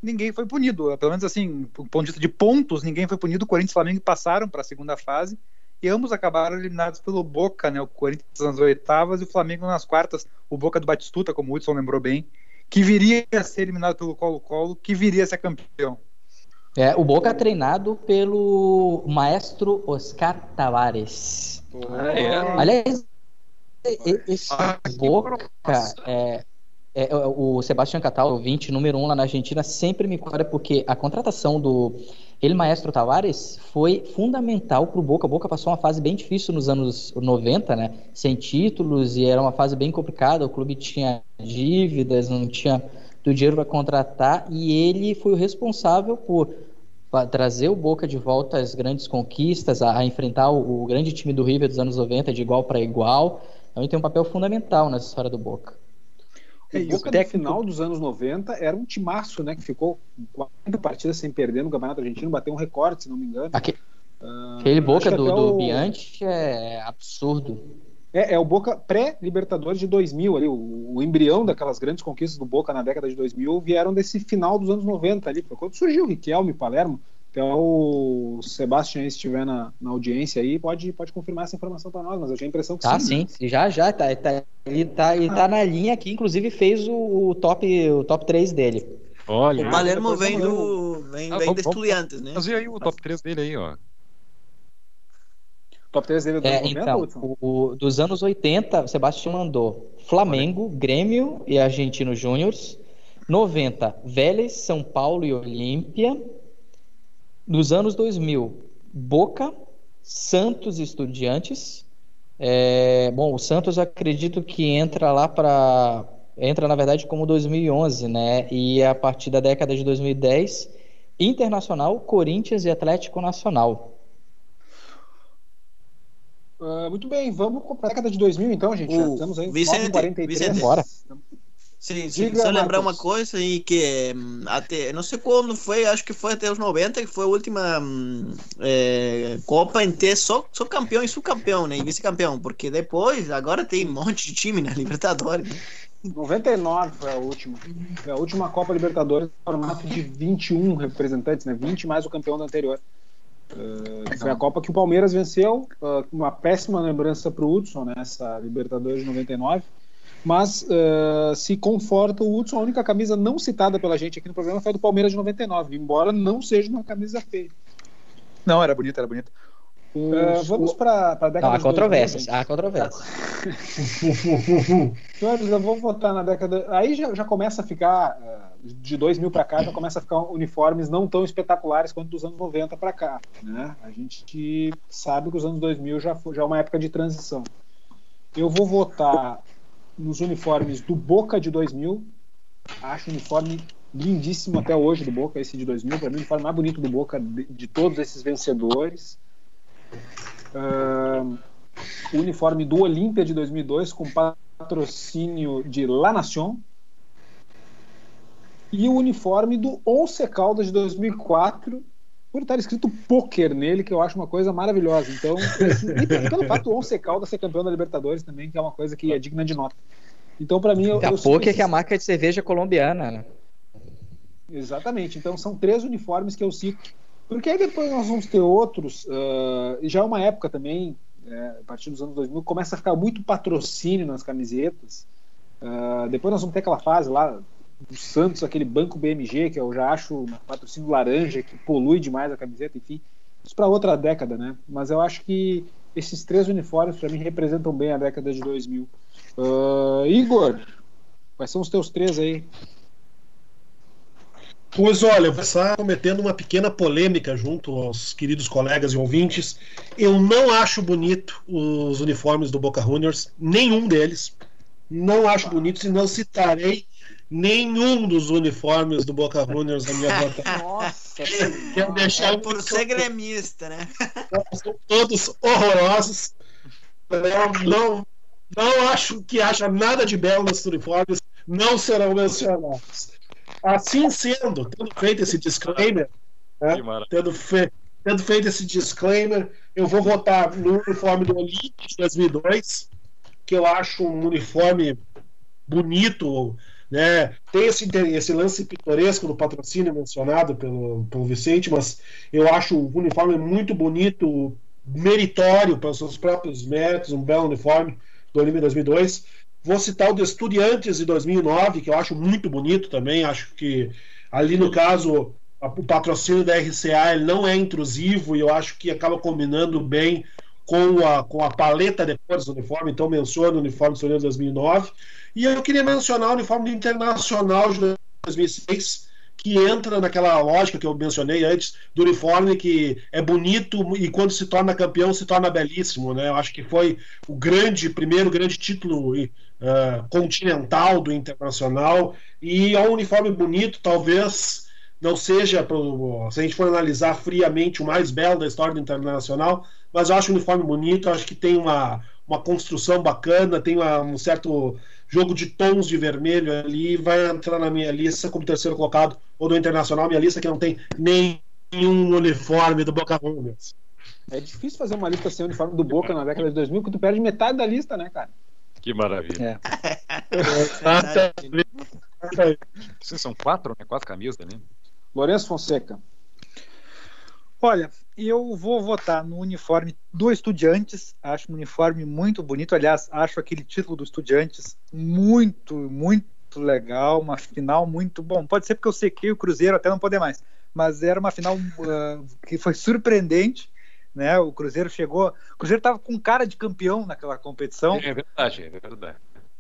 ninguém foi punido. Pelo menos assim, do ponto de vista de pontos, ninguém foi punido. O Corinthians e o Flamengo passaram para a segunda fase e ambos acabaram eliminados pelo Boca, né? O Corinthians nas oitavas e o Flamengo nas quartas. O Boca do Batistuta, como o Hudson lembrou bem, que viria a ser eliminado pelo Colo-Colo, que viria a ser campeão. É, o Boca é treinado pelo maestro Oscar Tavares. Ah, é? Aliás, esse Ah, Boca, é, é, o Sebastián Catal, ouvinte número um lá na Argentina, sempre me conta porque a contratação do ele, maestro Tavares, foi fundamental para o Boca. O Boca passou uma fase bem difícil nos anos noventa, né? Sem títulos, e era uma fase bem complicada. O clube tinha dívidas, não tinha do dinheiro para contratar, e ele foi o responsável por trazer o Boca de volta às grandes conquistas, a, a enfrentar o, o grande time do River dos anos noventa de igual para igual. Então ele tem um papel fundamental nessa história do Boca. O é, Boca, no final dos anos noventa, era um timaço, né? Que ficou quarenta partidas sem perder no Campeonato Argentino, bateu um recorde, se não me engano. Aquele, uh, aquele Boca do, do o... Bianchi é absurdo. É, é o Boca pré-Libertadores de dois mil, ali, o, o embrião daquelas grandes conquistas do Boca na década de dois mil vieram desse final dos anos noventa ali, foi quando surgiu o Riquelme, Palermo. Então o Sebastião, se estiver na, na audiência aí, pode, pode confirmar essa informação para nós, mas eu tinha a impressão que ah, sim. Ah, sim, já, já, tá, tá, ele tá, ele ah. tá na linha aqui, inclusive fez o, o, top, o top três dele. Olha, o Palermo vem do vem, ah, vem vamos, de Estudiantes, né? Mas e aí o top três dele aí, ó? Top três dele do é, noventa, então, o, o, dos anos oitenta, o Sebastião mandou Flamengo, Olha. Grêmio e Argentino Júniors. noventa, Vélez, São Paulo e Olímpia. Nos anos dois mil, Boca, Santos e Estudiantes. É, bom, o Santos eu acredito que entra lá para... Entra, na verdade, como dois mil e onze, né? E a partir da década de dois mil e dez, Internacional, Corinthians e Atlético Nacional. Uh, muito bem, vamos para a década de dois mil então, gente. O Já estamos aí Vicente, quarenta e três. Vicente. Bora. Sim, sim. Só lembrar uma coisa aí que até, não sei quando foi, acho que foi até os noventa, que foi a última é, Copa em ter só, só campeão e subcampeão, né? E vice-campeão, porque depois, agora tem um monte de time na Libertadores. Né? noventa e nove foi a última. Foi a última Copa Libertadores no formato de vinte e um representantes, né? vinte mais o campeão da anterior. Uh, foi a Copa que o Palmeiras venceu, uh, uma péssima lembrança para o Hudson, né? Essa Libertadores de noventa e nove. Mas uh, se conforta o Hudson, a única camisa não citada pela gente aqui no programa foi a do Palmeiras de noventa e nove, embora não seja uma camisa feia. Não, era bonita, era bonita. Uh, vamos para a década não, há de controvérsias, dois mil, há controvérsias. Senhores, eu vou votar na década... Aí já, já começa a ficar, uh, de dois mil para cá, já começa a ficar uniformes não tão espetaculares quanto dos anos noventa para cá. Né? A gente sabe que os anos dois mil já, foi, já é uma época de transição. Eu vou votar nos uniformes do Boca de dois mil. Acho o uniforme lindíssimo até hoje do Boca, esse de dois mil. Para mim, o uniforme mais bonito do Boca de, de todos esses vencedores. Uh, o uniforme do Olímpia de dois mil e dois, com patrocínio de La Nación. E o uniforme do Once Caldas de dois mil e quatro, por estar escrito Poker nele, que eu acho uma coisa maravilhosa. Então, assim, e pelo fato do Once Caldas ser campeão da Libertadores também, que é uma coisa que é digna de nota. Então, para mim... Eu, a eu Poker esses... que é a marca de cerveja colombiana, né? Exatamente. Então, são três uniformes que eu cito. Porque aí depois nós vamos ter outros, uh, e já é uma época também, é, a partir dos anos dois mil, começa a ficar muito patrocínio nas camisetas. Uh, depois nós vamos ter aquela fase lá do Santos, aquele banco B M G, que eu já acho um patrocínio laranja, que polui demais a camiseta, enfim. Isso para outra década, né? Mas eu acho que esses três uniformes, para mim, representam bem a década de dois mil. Uh, Igor, quais são os teus três aí? Pois olha, eu vou estar cometendo uma pequena polêmica junto aos queridos colegas e ouvintes. Eu não acho bonito os uniformes do Boca Juniors, nenhum deles. Não acho bonitos e não citarei nenhum dos uniformes do Boca Juniors na minha votação. Nossa, quero deixar é por ser gremista, né? São todos horrorosos. Não, não, não acho que haja nada de belo nos uniformes, não serão mencionados. Assim sendo, tendo feito esse disclaimer, né, tendo, fe, tendo feito esse disclaimer, eu vou votar no uniforme do Olímpia de dois mil e dois, que eu acho um uniforme bonito, né? Tem esse, esse lance pitoresco do patrocínio mencionado pelo, pelo Vicente, mas eu acho o uniforme muito bonito, meritório pelos seus próprios méritos, um belo uniforme do Olímpia dois mil e dois. Vou citar o do Estudiantes de dois mil e nove, que eu acho muito bonito também. Acho que ali, no caso, o patrocínio da R C A ele não é intrusivo e eu acho que acaba combinando bem com a, com a paleta de cores do uniforme. Então menciono o uniforme do Estudiantes de dois mil e nove. E eu queria mencionar o uniforme internacional de dois mil e seis, que entra naquela lógica que eu mencionei antes, do uniforme que é bonito e quando se torna campeão se torna belíssimo, né? Eu acho que foi o grande, primeiro grande título uh, continental do Internacional, e é um uniforme bonito, talvez não seja, pro, se a gente for analisar friamente, o mais belo da história do Internacional, mas eu acho o uniforme bonito, eu acho que tem uma, uma construção bacana, tem uma, um certo jogo de tons de vermelho ali, vai entrar na minha lista como terceiro colocado, ou do Internacional, minha lista que não tem nenhum uniforme do Boca Juniors. É difícil fazer uma lista sem uniforme do Boca na década de dois mil, porque tu perde metade da lista, né, cara? Que maravilha. É. Vocês são quatro, né? Quatro camisas, né? Lourenço Fonseca. Olha, eu vou votar no uniforme do Estudiantes. Acho um uniforme muito bonito. Aliás, acho aquele título do Estudiantes muito, muito legal. Uma final muito bom. Pode ser porque eu sequei o Cruzeiro até não poder mais. Mas era uma final uh, que foi surpreendente, né? O Cruzeiro chegou... O Cruzeiro estava com cara de campeão naquela competição. É verdade, é verdade.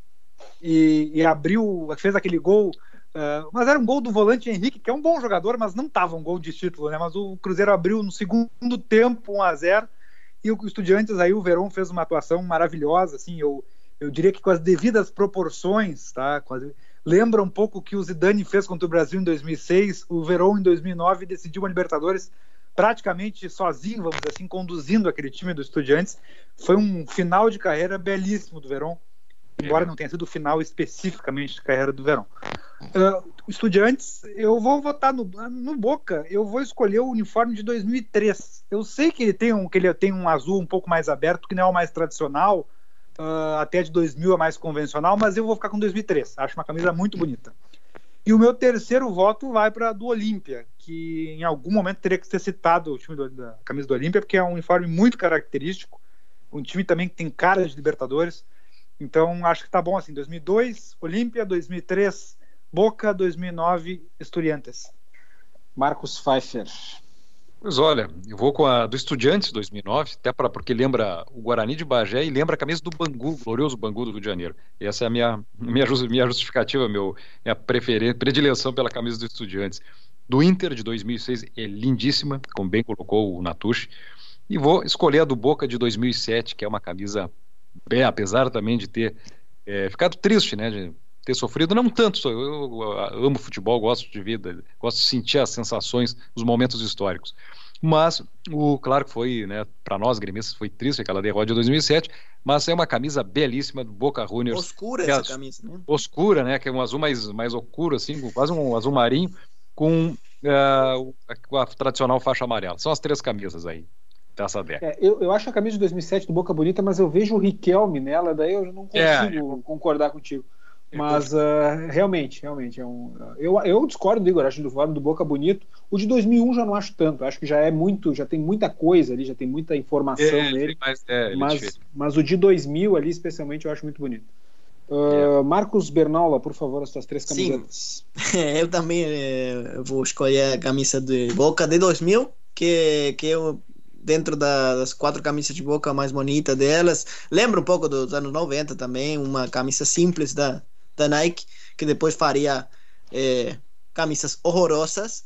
E, e abriu... Fez aquele gol... Uh, mas era um gol do volante Henrique, que é um bom jogador, mas não estava um gol de título, né? Mas o Cruzeiro abriu no segundo tempo um a zero, e o Estudiantes aí, o Verón fez uma atuação maravilhosa, assim, eu, eu diria que com as devidas proporções, tá? As... Lembra um pouco o que o Zidane fez contra o Brasil em dois mil e seis, o Verón em dois mil e nove decidiu uma Libertadores praticamente sozinho, vamos dizer assim, conduzindo aquele time do Estudiantes. Foi um final de carreira belíssimo do Verón, embora não tenha sido o final especificamente de carreira do Verón. Uh, Estudiantes, eu vou votar no, no Boca, eu vou escolher o uniforme de dois mil e três. Eu sei que ele tem um, que ele tem um azul um pouco mais aberto, que não é o mais tradicional, uh, até de dois mil é mais convencional, mas eu vou ficar com dois mil e três, acho uma camisa muito bonita. E o meu terceiro voto vai para do Olímpia, que em algum momento teria que ser citado o time do, da camisa do Olímpia, porque é um uniforme muito característico, um time também que tem cara de Libertadores. Então acho que tá bom assim, dois mil e dois Olímpia, dois mil e três Boca, dois mil e nove Estudiantes. Marcos Pfeiffer. Pois olha, eu vou com a do Estudiantes dois mil e nove, até pra, porque lembra o Guarani de Bagé e lembra a camisa do Bangu, glorioso Bangu do Rio de Janeiro. E essa é a minha, minha, minha justificativa, meu, minha preferência, predileção pela camisa do Estudiantes. Do Inter de dois mil e seis é lindíssima, como bem colocou o Natucci. E vou escolher a do Boca de dois mil e sete, que é uma camisa bem, apesar também de ter é, ficado triste, né, de ter sofrido, não tanto, eu, eu, eu amo futebol, gosto de vida, gosto de sentir as sensações, os momentos históricos, mas, o, claro que foi, né, para nós gremistas foi triste aquela derrota de dois mil e sete, mas é uma camisa belíssima do Boca Juniors. Oscura essa camisa, né? Oscura, né, que é um azul mais, mais oscuro, assim, quase um azul marinho, com uh, a, a tradicional faixa amarela. São as três camisas aí dessa década. É, eu, eu acho a camisa de dois mil e sete do Boca bonita, mas eu vejo o Riquelme nela, daí eu não consigo é. concordar contigo. Mas uh, realmente, realmente é um. Eu, eu discordo do Igor, acho o uniforme do Boca bonito. O de dois mil e um já não acho tanto, acho que já é muito, já tem muita coisa ali, já tem muita informação é, nele. Mas, é, mas, é mas o de dois mil ali, especialmente, eu acho muito bonito. Uh, é. Marcos Bernaula, por favor, as suas três camisetas. Sim, eu também eh, vou escolher a camisa de Boca de dois mil, que, que eu. Dentro da, das quatro camisas de Boca mais bonita delas, lembra um pouco dos anos noventa também, uma camisa simples da, da Nike, que depois faria é, camisas horrorosas,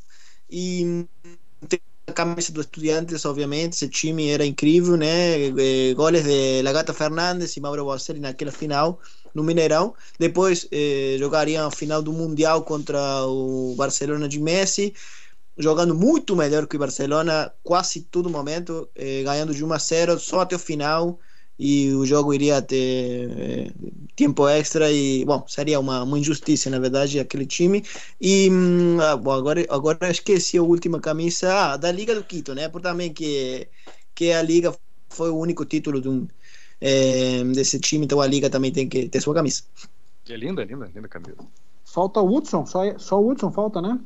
e tem a camisa do Estudiantes, obviamente, esse time era incrível, né, é, goles de Lagata Fernandes e Mauro Bocelli naquela final no Mineirão, depois é, jogariam a final do Mundial contra o Barcelona de Messi, jogando muito melhor que o Barcelona, quase todo momento, eh, ganhando de um a zero só até o final, e o jogo iria ter eh, tempo extra, e bom, seria uma, uma injustiça, na verdade, aquele time. E hum, ah, bom, agora, agora esqueci a última camisa ah, da Liga do Quito, né? Por também que, que a Liga foi o único título de um, eh, desse time, então a Liga também tem que ter sua camisa. É linda, linda, linda camisa. falta o Hudson, só, só o Hudson falta, né?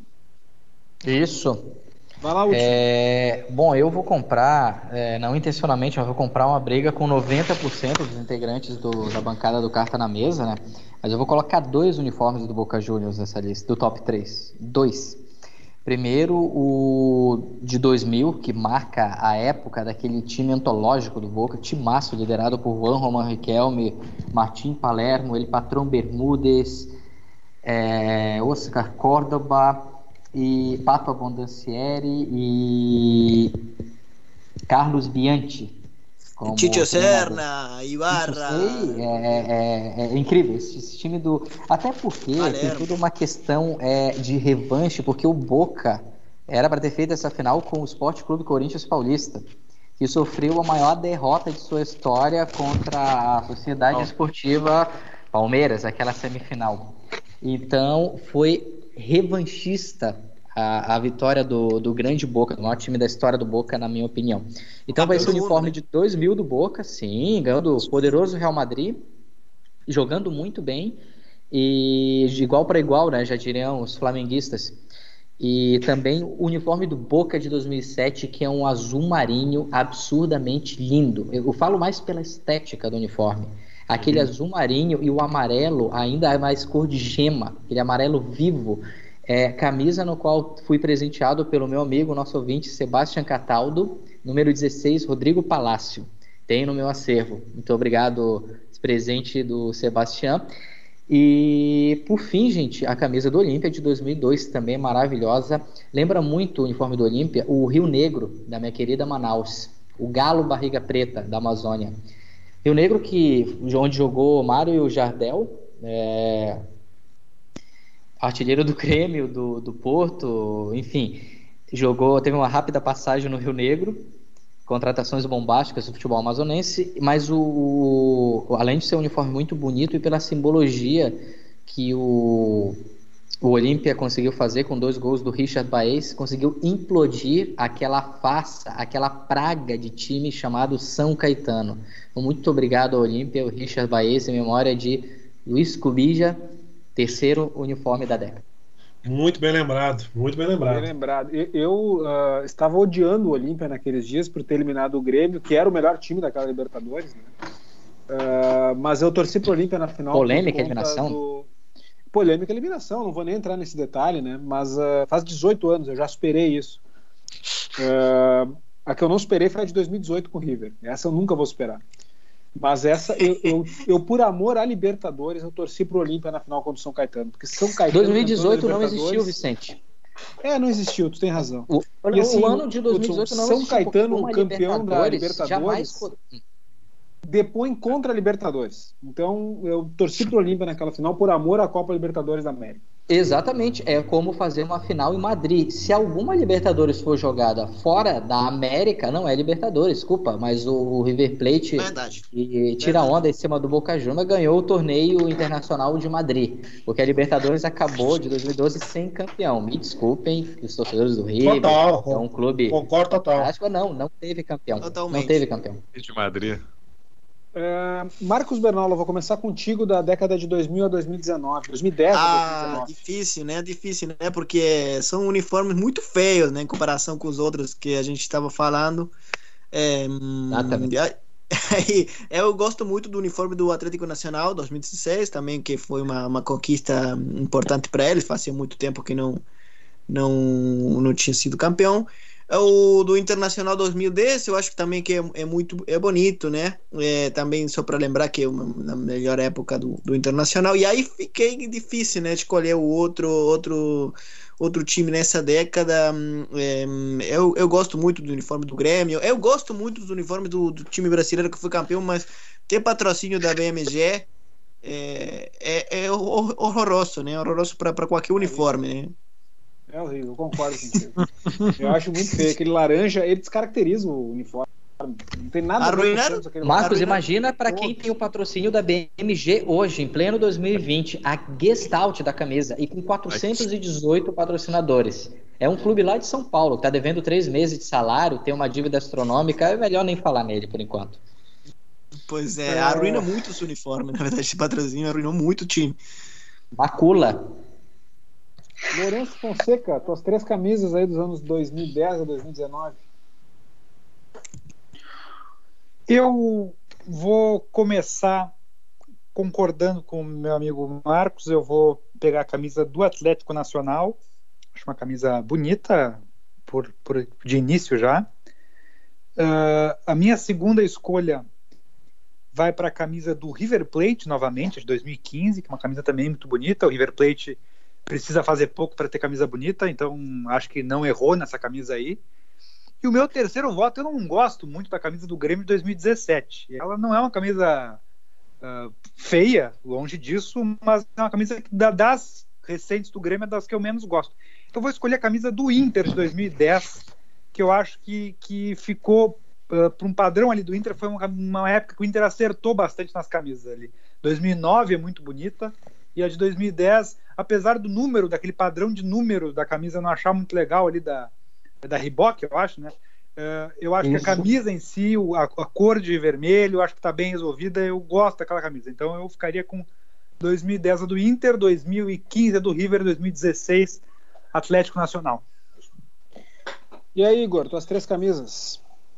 Isso. Vai lá, Hudson. É, bom, eu vou comprar, é, não intencionalmente, mas vou comprar uma briga com noventa por cento dos integrantes do, da bancada do Carta na Mesa, né? Mas eu vou colocar dois uniformes do Boca Juniors nessa lista, do top três. Dois. Primeiro, o de dois mil, que marca a época daquele time antológico do Boca, timaço liderado por Juan Román Riquelme, Martim Palermo, El Patrão Bermúdez, é, Oscar Córdoba, e Pato Abondancieri e Carlos Bianchi. Tito Serna, Ibarra. É, é, é, é incrível esse, esse time do. Até porque Palermo. Tem toda uma questão é, de revanche, porque o Boca era para ter feito essa final com o Sport Clube Corinthians Paulista, que sofreu a maior derrota de sua história contra a Sociedade oh. Esportiva Palmeiras, aquela semifinal. Então foi revanchista a, a vitória do, do grande Boca, do maior time da história do Boca, na minha opinião. Então vai ser o uniforme de dois mil do Boca, sim, ganhando o poderoso Real Madrid, jogando muito bem, e de igual para igual, né, já diriam os flamenguistas. E também o uniforme do Boca de dois mil e sete, que é um azul marinho absurdamente lindo. Eu falo mais pela estética do uniforme. Aquele uhum. azul marinho e o amarelo ainda é mais cor de gema, aquele amarelo vivo. É, camisa no qual fui presenteado pelo meu amigo, nosso ouvinte, Sebastião Cataldo, número dezesseis, Rodrigo Palácio. Tem no meu acervo. Muito obrigado, esse presente do Sebastião. E, por fim, gente, a camisa do Olímpia de dois mil e dois também é maravilhosa. Lembra muito o uniforme do Olímpia, o Rio Negro, da minha querida Manaus. O Galo Barriga Preta, da Amazônia. Rio Negro, que, onde jogou Mário Jardel, é, artilheiro do Grêmio, do, do Porto, enfim, jogou, teve uma rápida passagem no Rio Negro, contratações bombásticas do futebol amazonense, mas o, o, além de ser um uniforme muito bonito e pela simbologia que o, o Olímpia conseguiu fazer com dois gols do Richard Baez, conseguiu implodir aquela farsa, aquela praga de time chamado São Caetano. Então, muito obrigado ao Olímpia, o Richard Baez, em memória de Luiz Cubija, terceiro uniforme da década. Muito bem lembrado, muito bem lembrado. Bem lembrado. Eu, eu uh, estava odiando o Olímpia naqueles dias por ter eliminado o Grêmio, que era o melhor time daquela Libertadores, né? Uh, mas eu torci pro Olímpia na final. Polêmica eliminação? Do... Polêmica eliminação, não vou nem entrar nesse detalhe, né? Mas uh, faz dezoito anos, eu já superei isso. Uh, a que eu não superei foi a de dois mil e dezoito com o River. Essa eu nunca vou superar. Mas essa, eu, eu, eu por amor a Libertadores, eu torci pro Olímpia na final contra o São Caetano. Porque São Caetano dois mil e dezoito não existiu, Vicente. É, não existiu, tu tem razão. O, e, assim, o ano de dois mil e dezoito não São existiu. São Caetano, campeão da Libertadores, jamais... depõe contra a Libertadores. Então, eu torci pro Olímpia naquela final por amor à Copa Libertadores da América. Exatamente, é como fazer uma final em Madrid. Se alguma Libertadores for jogada fora da América, não é Libertadores, desculpa, mas o River Plate Verdade. e tira onda em cima do Boca Juniors ganhou o torneio internacional de Madrid, porque a Libertadores acabou de dois mil e doze sem campeão. Me desculpem, os torcedores do River, total, é um clube... Concordo total. Acho que não, não teve campeão. Totalmente. Não teve campeão. De Madrid. Uh, Marcos Bernola, vou começar contigo da década de dois mil a dois mil e dezenove, dois mil e dez ah, a dois mil e dezenove. Difícil, né? Difícil, né? Porque são uniformes muito feios, né? Em comparação com os outros que a gente estava falando. É, Exatamente. Eu gosto muito do uniforme do Atlético Nacional dois mil e dezesseis também, que foi uma, uma conquista importante para eles. Fazia muito tempo que não, não, não tinha sido campeão. O do Internacional dois mil e dez, eu acho que também que é, é muito é bonito, né? É, também só para lembrar que é uma, na melhor época do, do Internacional. E aí fiquei difícil, né? Escolher o outro outro outro time nessa década. É, eu, eu gosto muito do uniforme do Grêmio. Eu gosto muito do uniforme do, do time brasileiro que foi campeão, mas ter patrocínio da B M G é, é, é horroroso, né? Horroroso para qualquer uniforme, né? É horrível, eu concordo contigo. Eu acho muito feio. Aquele laranja, ele descaracteriza o uniforme. Não tem nada Arruinaram, a ver com Marcos, Arruinaram. Imagina para quem tem o patrocínio da B M G hoje, em pleno dois mil e vinte, a Gestalt da camisa, e com quatrocentos e dezoito patrocinadores. É um clube lá de São Paulo, que está devendo três meses de salário, tem uma dívida astronômica, é melhor nem falar nele por enquanto. Pois é, arruina muito esse uniforme, na verdade, esse patrocínio arruinou muito o time. Macula. Lourenço Fonseca, tuas três camisas aí dos anos dois mil e dez a dois mil e dezenove. Eu vou começar concordando com o meu amigo Marcos. Eu vou pegar a camisa do Atlético Nacional. Acho uma camisa bonita por, por, de início já. Uh, a minha segunda escolha vai para a camisa do River Plate novamente, de dois mil e quinze, que é uma camisa também muito bonita. O River Plate precisa fazer pouco para ter camisa bonita, então acho que não errou nessa camisa aí. E o meu terceiro voto, eu não gosto muito da camisa do Grêmio de dois mil e dezessete. Ela não é uma camisa uh, feia, longe disso, mas é uma camisa que, das recentes do Grêmio, é das que eu menos gosto. Eu vou escolher a camisa do Inter de dois mil e dez, que eu acho que, que ficou uh, para um padrão ali do Inter. Foi uma, uma época que o Inter acertou bastante nas camisas ali. dois mil e nove é muito bonita, e a de dois mil e dez, apesar do número, daquele padrão de número da camisa, eu não achar muito legal ali da da Reebok, eu acho, né? Uh, eu acho Isso. que a camisa em si, a, a cor de vermelho, eu acho que está bem resolvida. Eu gosto daquela camisa. Então eu ficaria com dois mil e dez a do Inter, dois mil e quinze a do River, dois mil e dezesseis Atlético Nacional. E aí, Igor, tuas três camisas?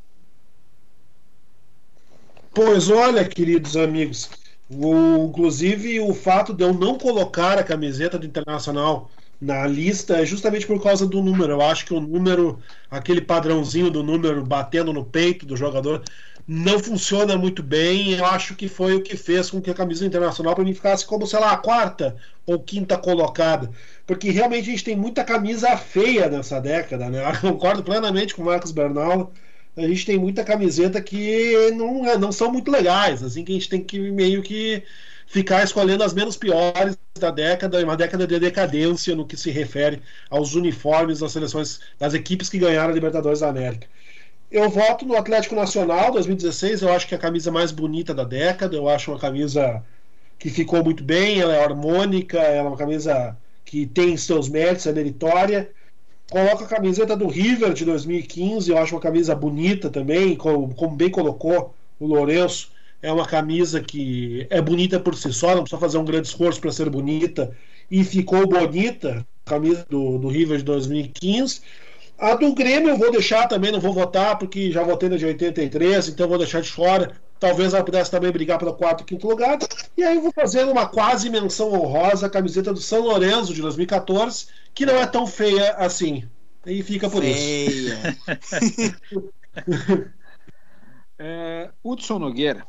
Pois olha, queridos amigos, o, inclusive o fato de eu não colocar a camiseta do Internacional na lista é justamente por causa do número. Eu acho que o número, aquele padrãozinho do número batendo no peito do jogador, não funciona muito bem. Eu acho que foi o que fez com que a camisa internacional para mim ficasse como, sei lá, a quarta ou quinta colocada, porque realmente a gente tem muita camisa feia nessa década, né? Eu concordo plenamente com o Marcos Bernal. A gente tem muita camiseta que não, não são muito legais, assim, que a gente tem que meio que ficar escolhendo as menos piores da década, uma década de decadência no que se refere aos uniformes das seleções, das equipes que ganharam a Libertadores da América. Eu voto no Atlético Nacional dois mil e dezesseis. Eu acho que é a camisa mais bonita da década. Eu acho uma camisa que ficou muito bem, ela é harmônica, ela é uma camisa que tem seus méritos, é meritória. Coloco a camiseta do River de dois mil e quinze. Eu acho uma camisa bonita também, como, como bem colocou o Lourenço. É uma camisa que é bonita por si só, não precisa fazer um grande esforço para ser bonita, e ficou bonita, a camisa do, do River de dois mil e quinze. A do Grêmio eu vou deixar também, não vou votar, porque já votei na de oitenta e três, então vou deixar de fora. Talvez ela pudesse também brigar pelo quarto e quinto lugar. E aí eu vou fazer uma quase menção honrosa, a camiseta do São Lourenço de dois mil e quatorze, que não é tão feia assim. E fica por feia. Isso. é, Hudson Nogueira.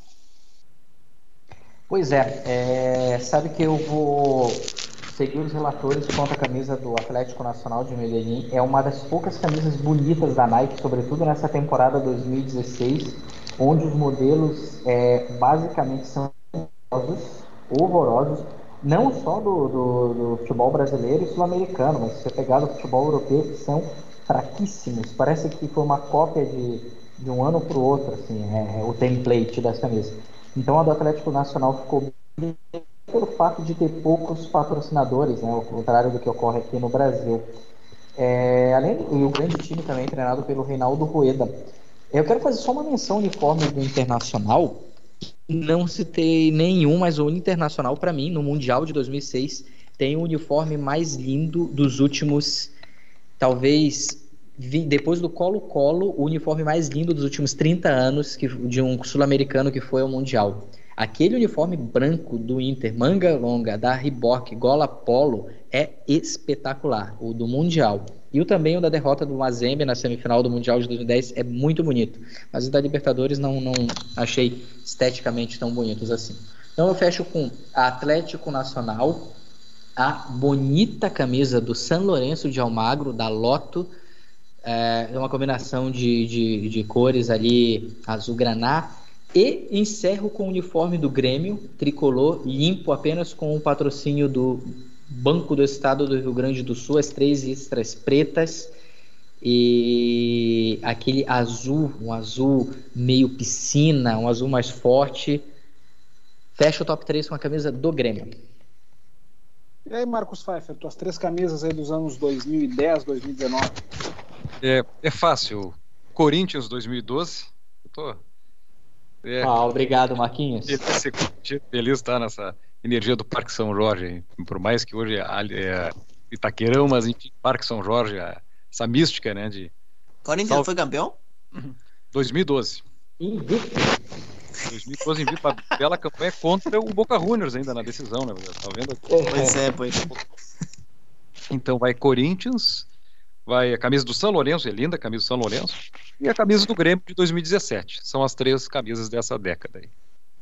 Pois é, é, sabe que eu vou seguir os relatores quanto à camisa do Atlético Nacional de Medellín. É uma das poucas camisas bonitas da Nike, sobretudo nessa temporada dois mil e dezesseis, onde os modelos é, basicamente são horrorosos, horrorosos, não só do, do, do futebol brasileiro e sul-americano, mas se você pegar do futebol europeu, são fraquíssimos. Parece que foi uma cópia de, de um ano para o outro, assim, é, é o template das camisas. Então a do Atlético Nacional ficou bem pelo fato de ter poucos patrocinadores, né, ao contrário do que ocorre aqui no Brasil. É, além do e o grande time também treinado pelo Reinaldo Rueda. Eu quero fazer só uma menção uniforme do Internacional. Não citei nenhum, mas o Internacional, para mim, no Mundial de dois mil e seis, tem o uniforme mais lindo dos últimos, talvez, depois do Colo-Colo, o uniforme mais lindo dos últimos trinta anos que, de um sul-americano que foi ao Mundial. Aquele uniforme branco do Inter, manga longa, da Reebok, gola polo, é espetacular, o do Mundial. E o também o da derrota do Mazembe na semifinal do Mundial de dois mil e dez é muito bonito. Mas o da Libertadores não, não achei esteticamente tão bonitos assim. Então eu fecho com a Atlético Nacional, a bonita camisa do San Lourenço de Almagro, da Lotto. É uma combinação de, de, de cores ali, azul-graná. E encerro com o uniforme do Grêmio, tricolor, limpo, apenas com o patrocínio do Banco do Estado do Rio Grande do Sul, as três listras pretas e aquele azul, um azul meio piscina, um azul mais forte. Fecha o top três com a camisa do Grêmio. E aí, Marcos Pfeiffer, tuas três camisas aí dos anos dois mil e dez, dois mil e dezenove? É, é fácil. Corinthians dois mil e doze. Eu tô... É, ah, obrigado, Marquinhos. Feliz estar nessa energia do Parque São Jorge, por mais que hoje é, Itaquerão, mas enfim, Parque São Jorge, a, essa mística, né? De Corinthians Salve. foi campeão? dois mil e doze. Invicto. dois mil e doze invicto, uma bela campanha contra o Boca Juniors ainda na decisão, né? Tá vendo aqui? Pois é, pois é. Então vai Corinthians, vai a camisa do São Lourenço, é linda a camisa do São Lourenço, e a camisa do Grêmio de dois mil e dezessete. São as três camisas dessa década aí.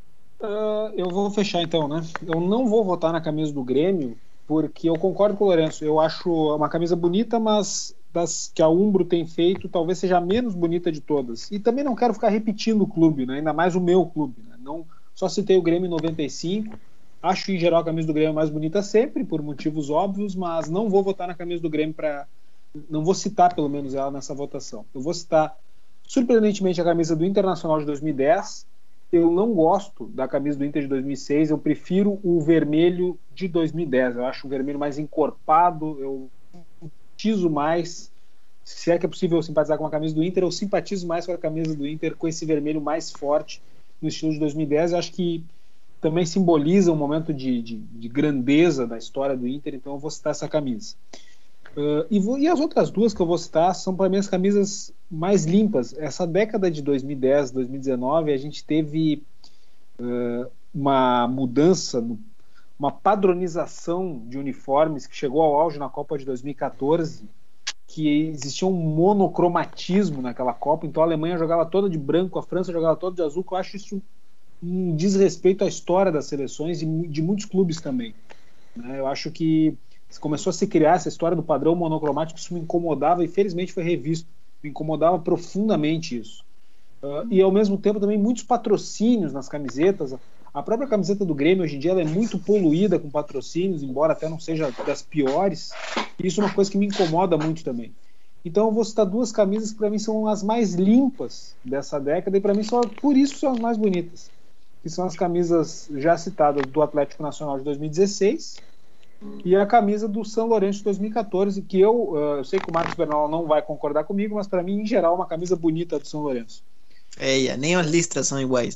Uh, eu vou fechar então, né? Eu não vou votar na camisa do Grêmio, porque eu concordo com o Lourenço. Eu acho uma camisa bonita, mas das que a Umbro tem feito, talvez seja a menos bonita de todas. E também não quero ficar repetindo o clube, né? Ainda mais o meu clube. Né? Não, só citei o Grêmio em noventa e cinco. Acho, em geral, a camisa do Grêmio mais bonita sempre, por motivos óbvios, mas não vou votar na camisa do Grêmio para... Não vou citar, pelo menos, ela nessa votação. Eu vou citar, surpreendentemente, a camisa do Internacional de dois mil e dez. Eu não gosto da camisa do Inter de dois mil e seis. Eu prefiro o vermelho de dois mil e dez. Eu acho o vermelho mais encorpado. Eu simpatizo mais, se é que é possível simpatizar com a camisa do Inter, eu simpatizo mais com a camisa do Inter com esse vermelho mais forte no estilo de dois mil e dez. Eu acho que também simboliza um momento de, de, de grandeza da história do Inter, então eu vou citar essa camisa. Uh, e, vou, e as outras duas que eu vou citar são para mim as camisas mais limpas. Essa década de dois mil e dez, dois mil e dezenove, a gente teve uh, uma mudança, uma padronização de uniformes que chegou ao auge na Copa de dois mil e catorze, que existia um monocromatismo naquela Copa, então a Alemanha jogava toda de branco, a França jogava toda de azul, que eu acho isso um desrespeito à história das seleções e de muitos clubes também. Eu acho que começou a se criar essa história do padrão monocromático, isso me incomodava e felizmente foi revisto. Me incomodava profundamente isso. Uh, e ao mesmo tempo também muitos patrocínios nas camisetas. A própria camiseta do Grêmio hoje em dia ela é muito poluída com patrocínios, embora até não seja das piores. E isso é uma coisa que me incomoda muito também. Então eu vou citar duas camisas que para mim são as mais limpas dessa década e para mim só por isso são as mais bonitas, que são as camisas já citadas do Atlético Nacional de dois mil e dezesseis e a camisa do São Lourenço de dois mil e catorze, que eu, eu sei que o Marcos Bernal não vai concordar comigo, mas para mim, em geral, é uma camisa bonita do São Lourenço. É, nem as listras são iguais.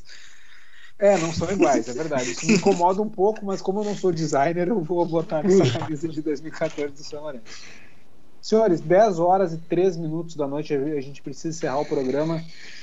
É, não são iguais, é verdade. Isso me incomoda um pouco, mas como eu não sou designer, eu vou botar nessa camisa de dois mil e catorze do São Lourenço. Senhores, dez horas e três minutos da noite, a gente precisa encerrar o programa.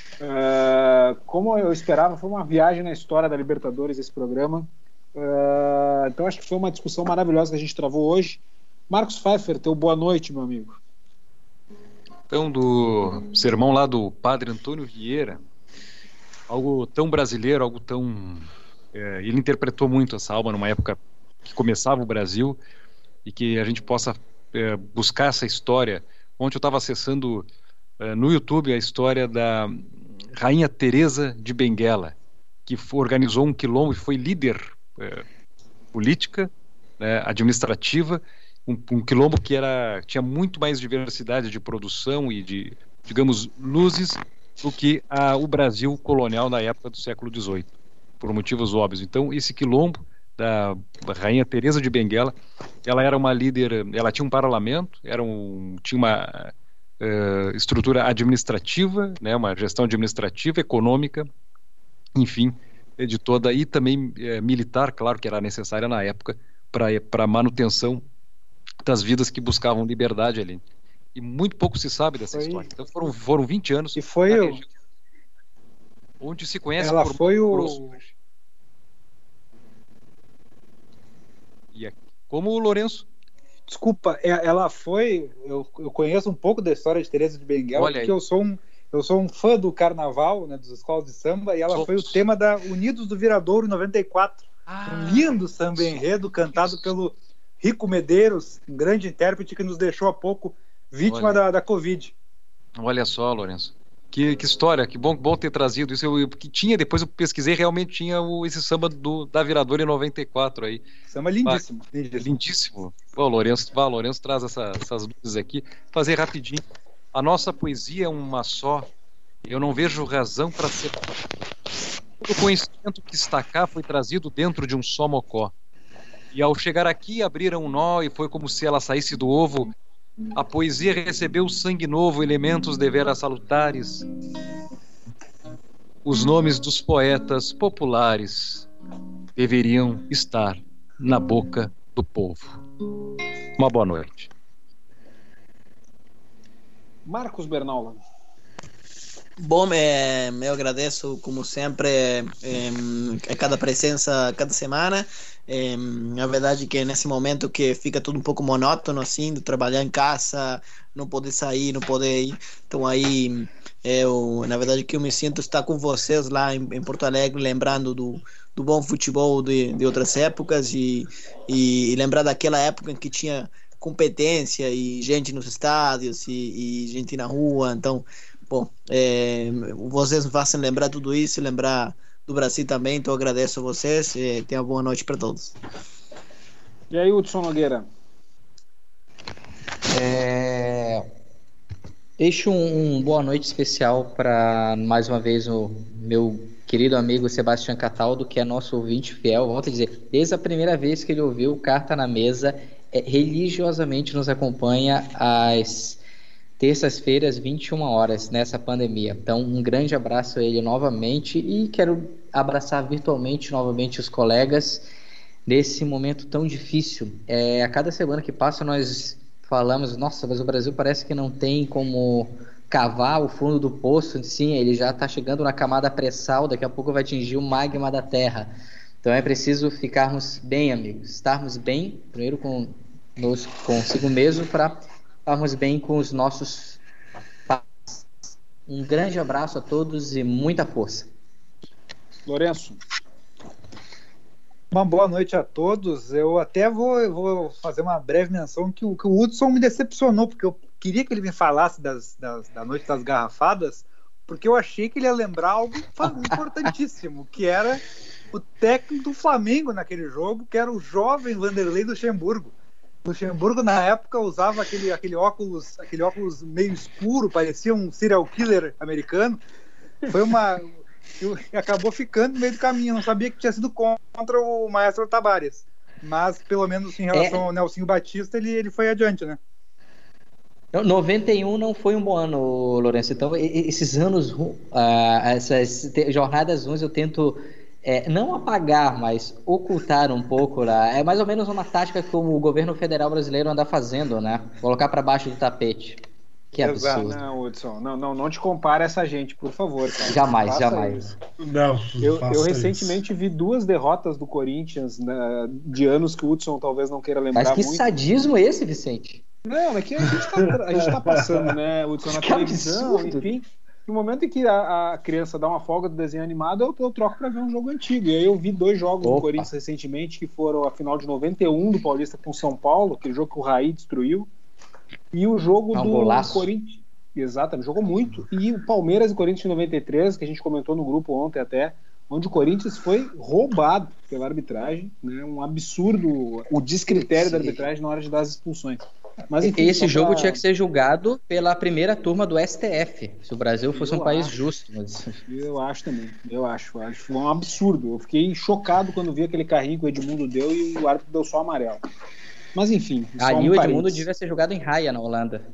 Uh, como eu esperava, foi uma viagem na história da Libertadores esse programa. Uh, então acho que foi uma discussão maravilhosa que a gente travou hoje. Marcos Pfeiffer, teu boa noite, meu amigo. Então, do sermão lá do padre Antônio Vieira, algo tão brasileiro, algo tão... É, ele interpretou muito essa alma numa época que começava o Brasil e que a gente possa é, buscar essa história. Ontem eu estava acessando é, no YouTube a história da Rainha Teresa de Benguela, que foi, organizou um quilombo e foi líder é, política, né, administrativa, um, um quilombo que era, tinha muito mais diversidade de produção e de, digamos, luzes do que a, o Brasil colonial na época do século dezoito, por motivos óbvios. Então, esse quilombo da Rainha Teresa de Benguela, ela era uma líder, ela tinha um parlamento, era um, tinha uma uh, estrutura administrativa, né, uma gestão administrativa, econômica, enfim, de toda, e também é, militar, claro que era necessária na época para a manutenção das vidas que buscavam liberdade ali. E muito pouco se sabe dessa foi... história. Então foram, foram vinte anos. E foi o... região, onde se conhece ela por foi o Grosso. E é, como o Lourenço. Desculpa, ela foi. Eu, eu conheço um pouco da história de Teresa de Benguela, Olha porque aí. eu sou um. Eu sou um fã do carnaval, né, das escolas de samba, e ela Sou... foi o tema da Unidos do Viradouro em noventa e quatro. Ah, um lindo samba enredo cantado isso. pelo Rico Medeiros, um grande intérprete que nos deixou há pouco vítima da, da Covid. Olha só, Lourenço. Que, que história, que bom, bom ter trazido isso. Eu, que tinha, depois eu pesquisei, realmente tinha o, esse samba do, da Viradouro em noventa e quatro aí. Samba lindíssimo. Ah, lindíssimo. lindíssimo. Bom, Lourenço, vá, Lourenço traz essa, essas luzes aqui. Vou fazer rapidinho. A nossa poesia é uma só. Eu não vejo razão para ser. Todo o conhecimento que está cá foi trazido dentro de um só mocó. E ao chegar aqui abriram um nó e foi como se ela saísse do ovo. A poesia recebeu sangue novo, elementos deveras salutares. Os nomes dos poetas populares deveriam estar na boca do povo. Uma boa noite. Marcos Bernaula. Bom, é, eu agradeço, como sempre, é, a cada presença, cada semana. É, a verdade é que nesse momento que fica tudo um pouco monótono, assim, de trabalhar em casa, não poder sair, não poder ir. Então aí, eu, na verdade, que eu me sinto estar com vocês lá em, em Porto Alegre, lembrando do, do bom futebol de, de outras épocas e, e, e lembrar daquela época em que tinha competência e gente nos estádios e, e gente na rua. Então, bom, é, vocês me fazem lembrar tudo isso, lembrar do Brasil também, então eu agradeço a vocês e tenha uma boa noite para todos. E aí, Hudson Nogueira? É... Deixo um, um boa noite especial para, mais uma vez, o meu querido amigo Sebastião Cataldo, que é nosso ouvinte fiel. Volto a dizer, desde a primeira vez que ele ouviu Carta na Mesa, é, religiosamente nos acompanha às terças-feiras, vinte e uma horas, nessa pandemia. Então, um grande abraço a ele novamente e quero abraçar virtualmente novamente os colegas nesse momento tão difícil. É, a cada semana que passa nós falamos, nossa, mas o Brasil parece que não tem como cavar o fundo do poço. Sim, ele já está chegando na camada pré-sal, daqui a pouco vai atingir o magma da terra. Então é preciso ficarmos bem, amigos, estarmos bem, primeiro com, nos, consigo mesmo, para estarmos bem com os nossos pais. Um grande abraço a todos e muita força. Lourenço. Uma boa noite a todos. Eu até vou, vou fazer uma breve menção que o, que o Hudson me decepcionou, porque eu queria que ele me falasse das, das, da Noite das Garrafadas, porque eu achei que ele ia lembrar algo importantíssimo, que era o técnico do Flamengo naquele jogo, que era o jovem Vanderlei Luxemburgo. Luxemburgo, na época, usava aquele, aquele, óculos, aquele óculos meio escuro, parecia um serial killer americano. Foi uma... acabou ficando no meio do caminho. Eu não sabia que tinha sido contra o Maestro Tabárez. Mas, pelo menos em relação é... ao Nelsinho Batista, ele, ele foi adiante, né? noventa e um não foi um bom ano, Lourenço. Então, esses anos, uh, essas jornadas ruins, eu tento... É, não apagar, mas ocultar um pouco lá. É mais ou menos uma tática como o governo federal brasileiro anda fazendo, né? Colocar para baixo do tapete. Que absurdo. Exato. Não, Hudson, não, não, não te compara essa gente, por favor, cara. Jamais, jamais. Isso. Não, eu, eu recentemente isso. vi duas derrotas do Corinthians, né, de anos que o Hudson talvez não queira lembrar. Mas que muito. sadismo é esse, Vicente? Não, é que a gente tá, a gente tá passando, né, Hudson, na que televisão, absurdo. Enfim. No momento em que a, a criança dá uma folga do desenho animado, eu, eu troco para ver um jogo antigo. E aí eu vi dois jogos Opa. do Corinthians recentemente, que foram a final de noventa e um do Paulista com São Paulo, aquele jogo que o Raí destruiu, e o jogo um do golaço. Corinthians. Exatamente, jogou muito. E o Palmeiras e Corinthians de noventa e três, que a gente comentou no grupo ontem até, onde o Corinthians foi roubado pela arbitragem, né? Um absurdo o descritério Sim. da arbitragem na hora de dar as expulsões. Mas, enfim, esse jogo pra... tinha que ser julgado pela primeira turma do S T F, se o Brasil fosse eu um país acho, justo. Mas... Eu acho também, eu acho, eu acho. Foi um absurdo. Eu fiquei chocado quando vi aquele carrinho que o Edmundo deu e o árbitro deu só amarelo. Mas enfim. Ali um o Edmundo devia ser jogado em raia na Holanda.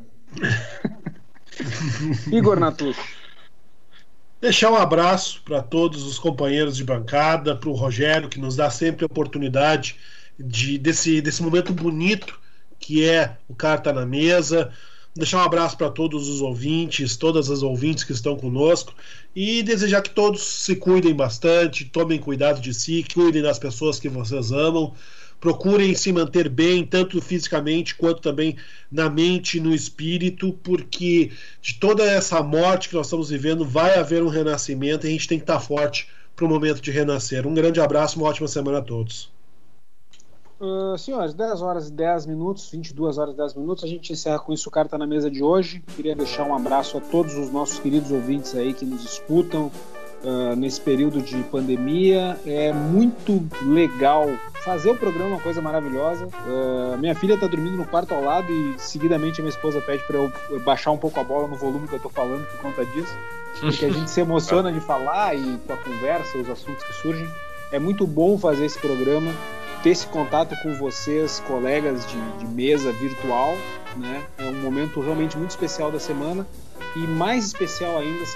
Igor Natucci. Deixar um abraço para todos os companheiros de bancada, para o Rogério, que nos dá sempre a oportunidade de, desse, desse momento bonito que é o Carta na Mesa. Deixar um abraço para todos os ouvintes, todas as ouvintes que estão conosco, e desejar que todos se cuidem bastante, tomem cuidado de si, cuidem das pessoas que vocês amam, procurem se manter bem, tanto fisicamente quanto também na mente e no espírito, porque de toda essa morte que nós estamos vivendo vai haver um renascimento e a gente tem que estar forte para o momento de renascer. Um grande abraço, uma ótima semana a todos. Uh, senhores, dez horas e dez minutos, vinte e duas horas e dez minutos, a gente encerra com isso o Carta na Mesa de hoje. Queria deixar um abraço a todos os nossos queridos ouvintes aí que nos escutam uh, nesse período de pandemia. É muito legal fazer o programa, uma coisa maravilhosa. Uh, minha filha está dormindo no quarto ao lado e seguidamente a minha esposa pede para eu baixar um pouco a bola no volume que eu estou falando por conta disso, porque a gente se emociona de falar e com a conversa, os assuntos que surgem. É muito bom fazer esse programa, ter esse contato com vocês, colegas de, de mesa virtual, né? É um momento realmente muito especial da semana, e mais especial ainda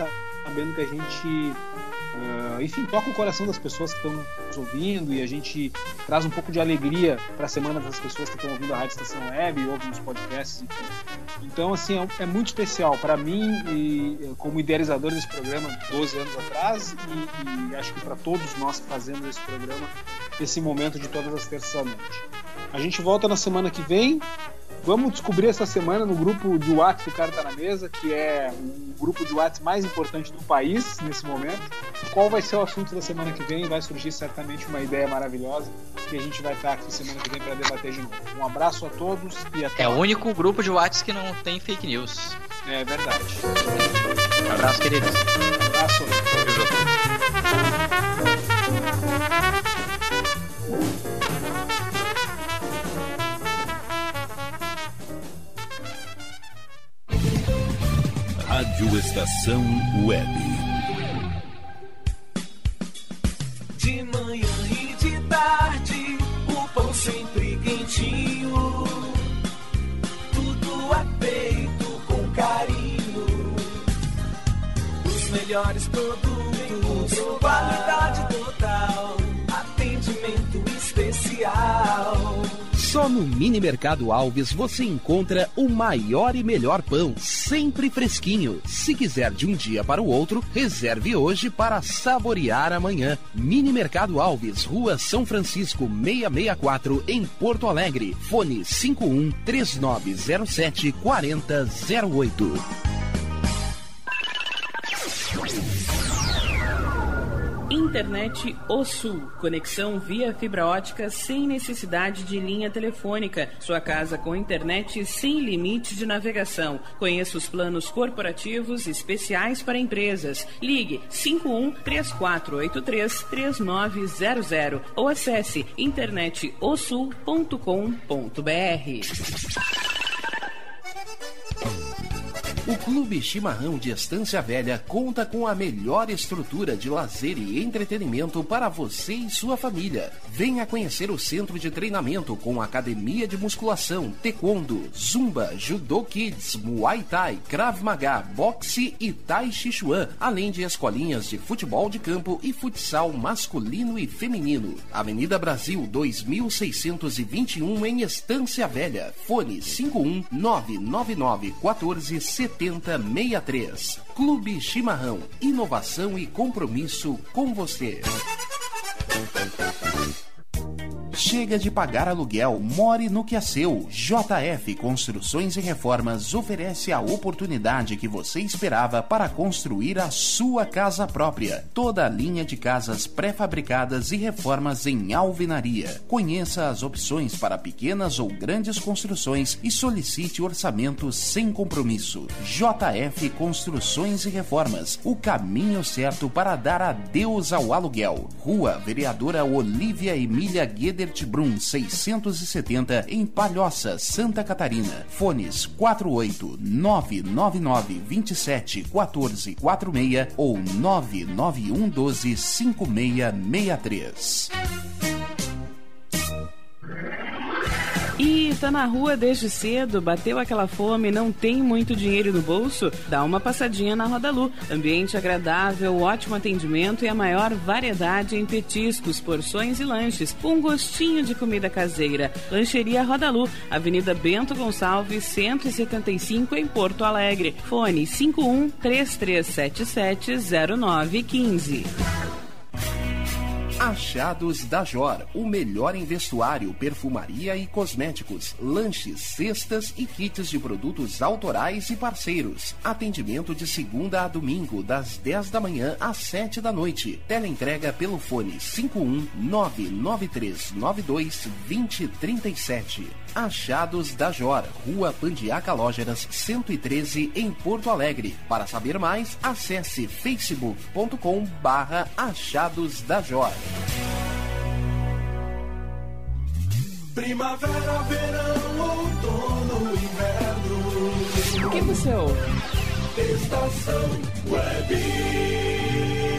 sabendo que a gente, uh, enfim, toca o coração das pessoas que estão nos ouvindo, e a gente traz um pouco de alegria para a semana das pessoas que estão ouvindo a Rádio Estação Web e ouvem os podcasts, enfim. Então, assim, é, é muito especial para mim, e como idealizador desse programa doze anos atrás, e, e acho que para todos nós que fazemos esse programa, esse momento de todas as terças à noite. A gente volta na semana que vem. Vamos descobrir essa semana no grupo de WhatsApp do Carta na Mesa, que é o grupo de WhatsApp mais importante do país nesse momento, qual vai ser o assunto da semana que vem. Vai surgir certamente uma ideia maravilhosa que a gente vai estar aqui semana que vem para debater de novo. Um abraço a todos e até É lá. o único grupo de WhatsApp que não tem fake news. É verdade. Um abraço, queridos. Um abraço. Beijo a todos. Rádio Estação Web. De manhã e de tarde, o pão sempre quentinho. Tudo é feito com carinho. Os melhores produtos, qualidade total, atendimento especial. Só no Mini Mercado Alves você encontra o maior e melhor pão, sempre fresquinho. Se quiser de um dia para o outro, reserve hoje para saborear amanhã. Mini Mercado Alves, Rua São Francisco, seiscentos e sessenta e quatro, em Porto Alegre. Fone cinco um três nove zero sete quatro zero zero oito. Internet O Sul. Conexão via fibra ótica sem necessidade de linha telefônica. Sua casa com internet sem limite de navegação. Conheça os planos corporativos especiais para empresas. Ligue cinco um três quatro oito três três nove zero zero ou acesse internet o sul ponto com ponto b r. O Clube Chimarrão de Estância Velha conta com a melhor estrutura de lazer e entretenimento para você e sua família. Venha conhecer o centro de treinamento com academia de musculação, taekwondo, zumba, judô kids, muay thai, krav maga, boxe e tai chi chuan, além de escolinhas de futebol de campo e futsal masculino e feminino. Avenida Brasil dois mil seiscentos e vinte e um, em Estância Velha. Fone cinco um nove nove nove quatro zero sete zero seis três. Clube Chimarrão, inovação e compromisso com você. Chega de pagar aluguel, more no que é seu. J F Construções e Reformas oferece a oportunidade que você esperava para construir a sua casa própria. Toda a linha de casas pré-fabricadas e reformas em alvenaria. Conheça as opções para pequenas ou grandes construções e solicite orçamento sem compromisso. J F Construções e Reformas, o caminho certo para dar adeus ao aluguel. Rua Vereadora Olívia Emília Gueder Brum seiscentos e setenta, em Palhoça, Santa Catarina. Fones quatro oito nove nove nove dois sete quatro quatro seis ou nove nove um um doze cinco seis seis três. E tá na rua desde cedo, bateu aquela fome, não tem muito dinheiro no bolso? Dá uma passadinha na Rodalu. Ambiente agradável, ótimo atendimento e a maior variedade em petiscos, porções e lanches, com um gostinho de comida caseira. Lancheria Rodalu, Avenida Bento Gonçalves, cento e setenta e cinco, em Porto Alegre. Fone cinco um três três sete sete zero nove um cinco. Achados da Jor, o melhor em vestuário, perfumaria e cosméticos, lanches, cestas e kits de produtos autorais e parceiros. Atendimento de segunda a domingo, das dez da manhã às sete da noite. Teleentrega pelo fone cinco um nove nove três nove dois dois zero três sete. Achados da Jor, Rua Pandiaca Lógeras cento e treze, em Porto Alegre. Para saber mais, acesse facebook ponto com barra Achados da Jor. Primavera, verão, outono, inverno. O que você ouve? Estação Web.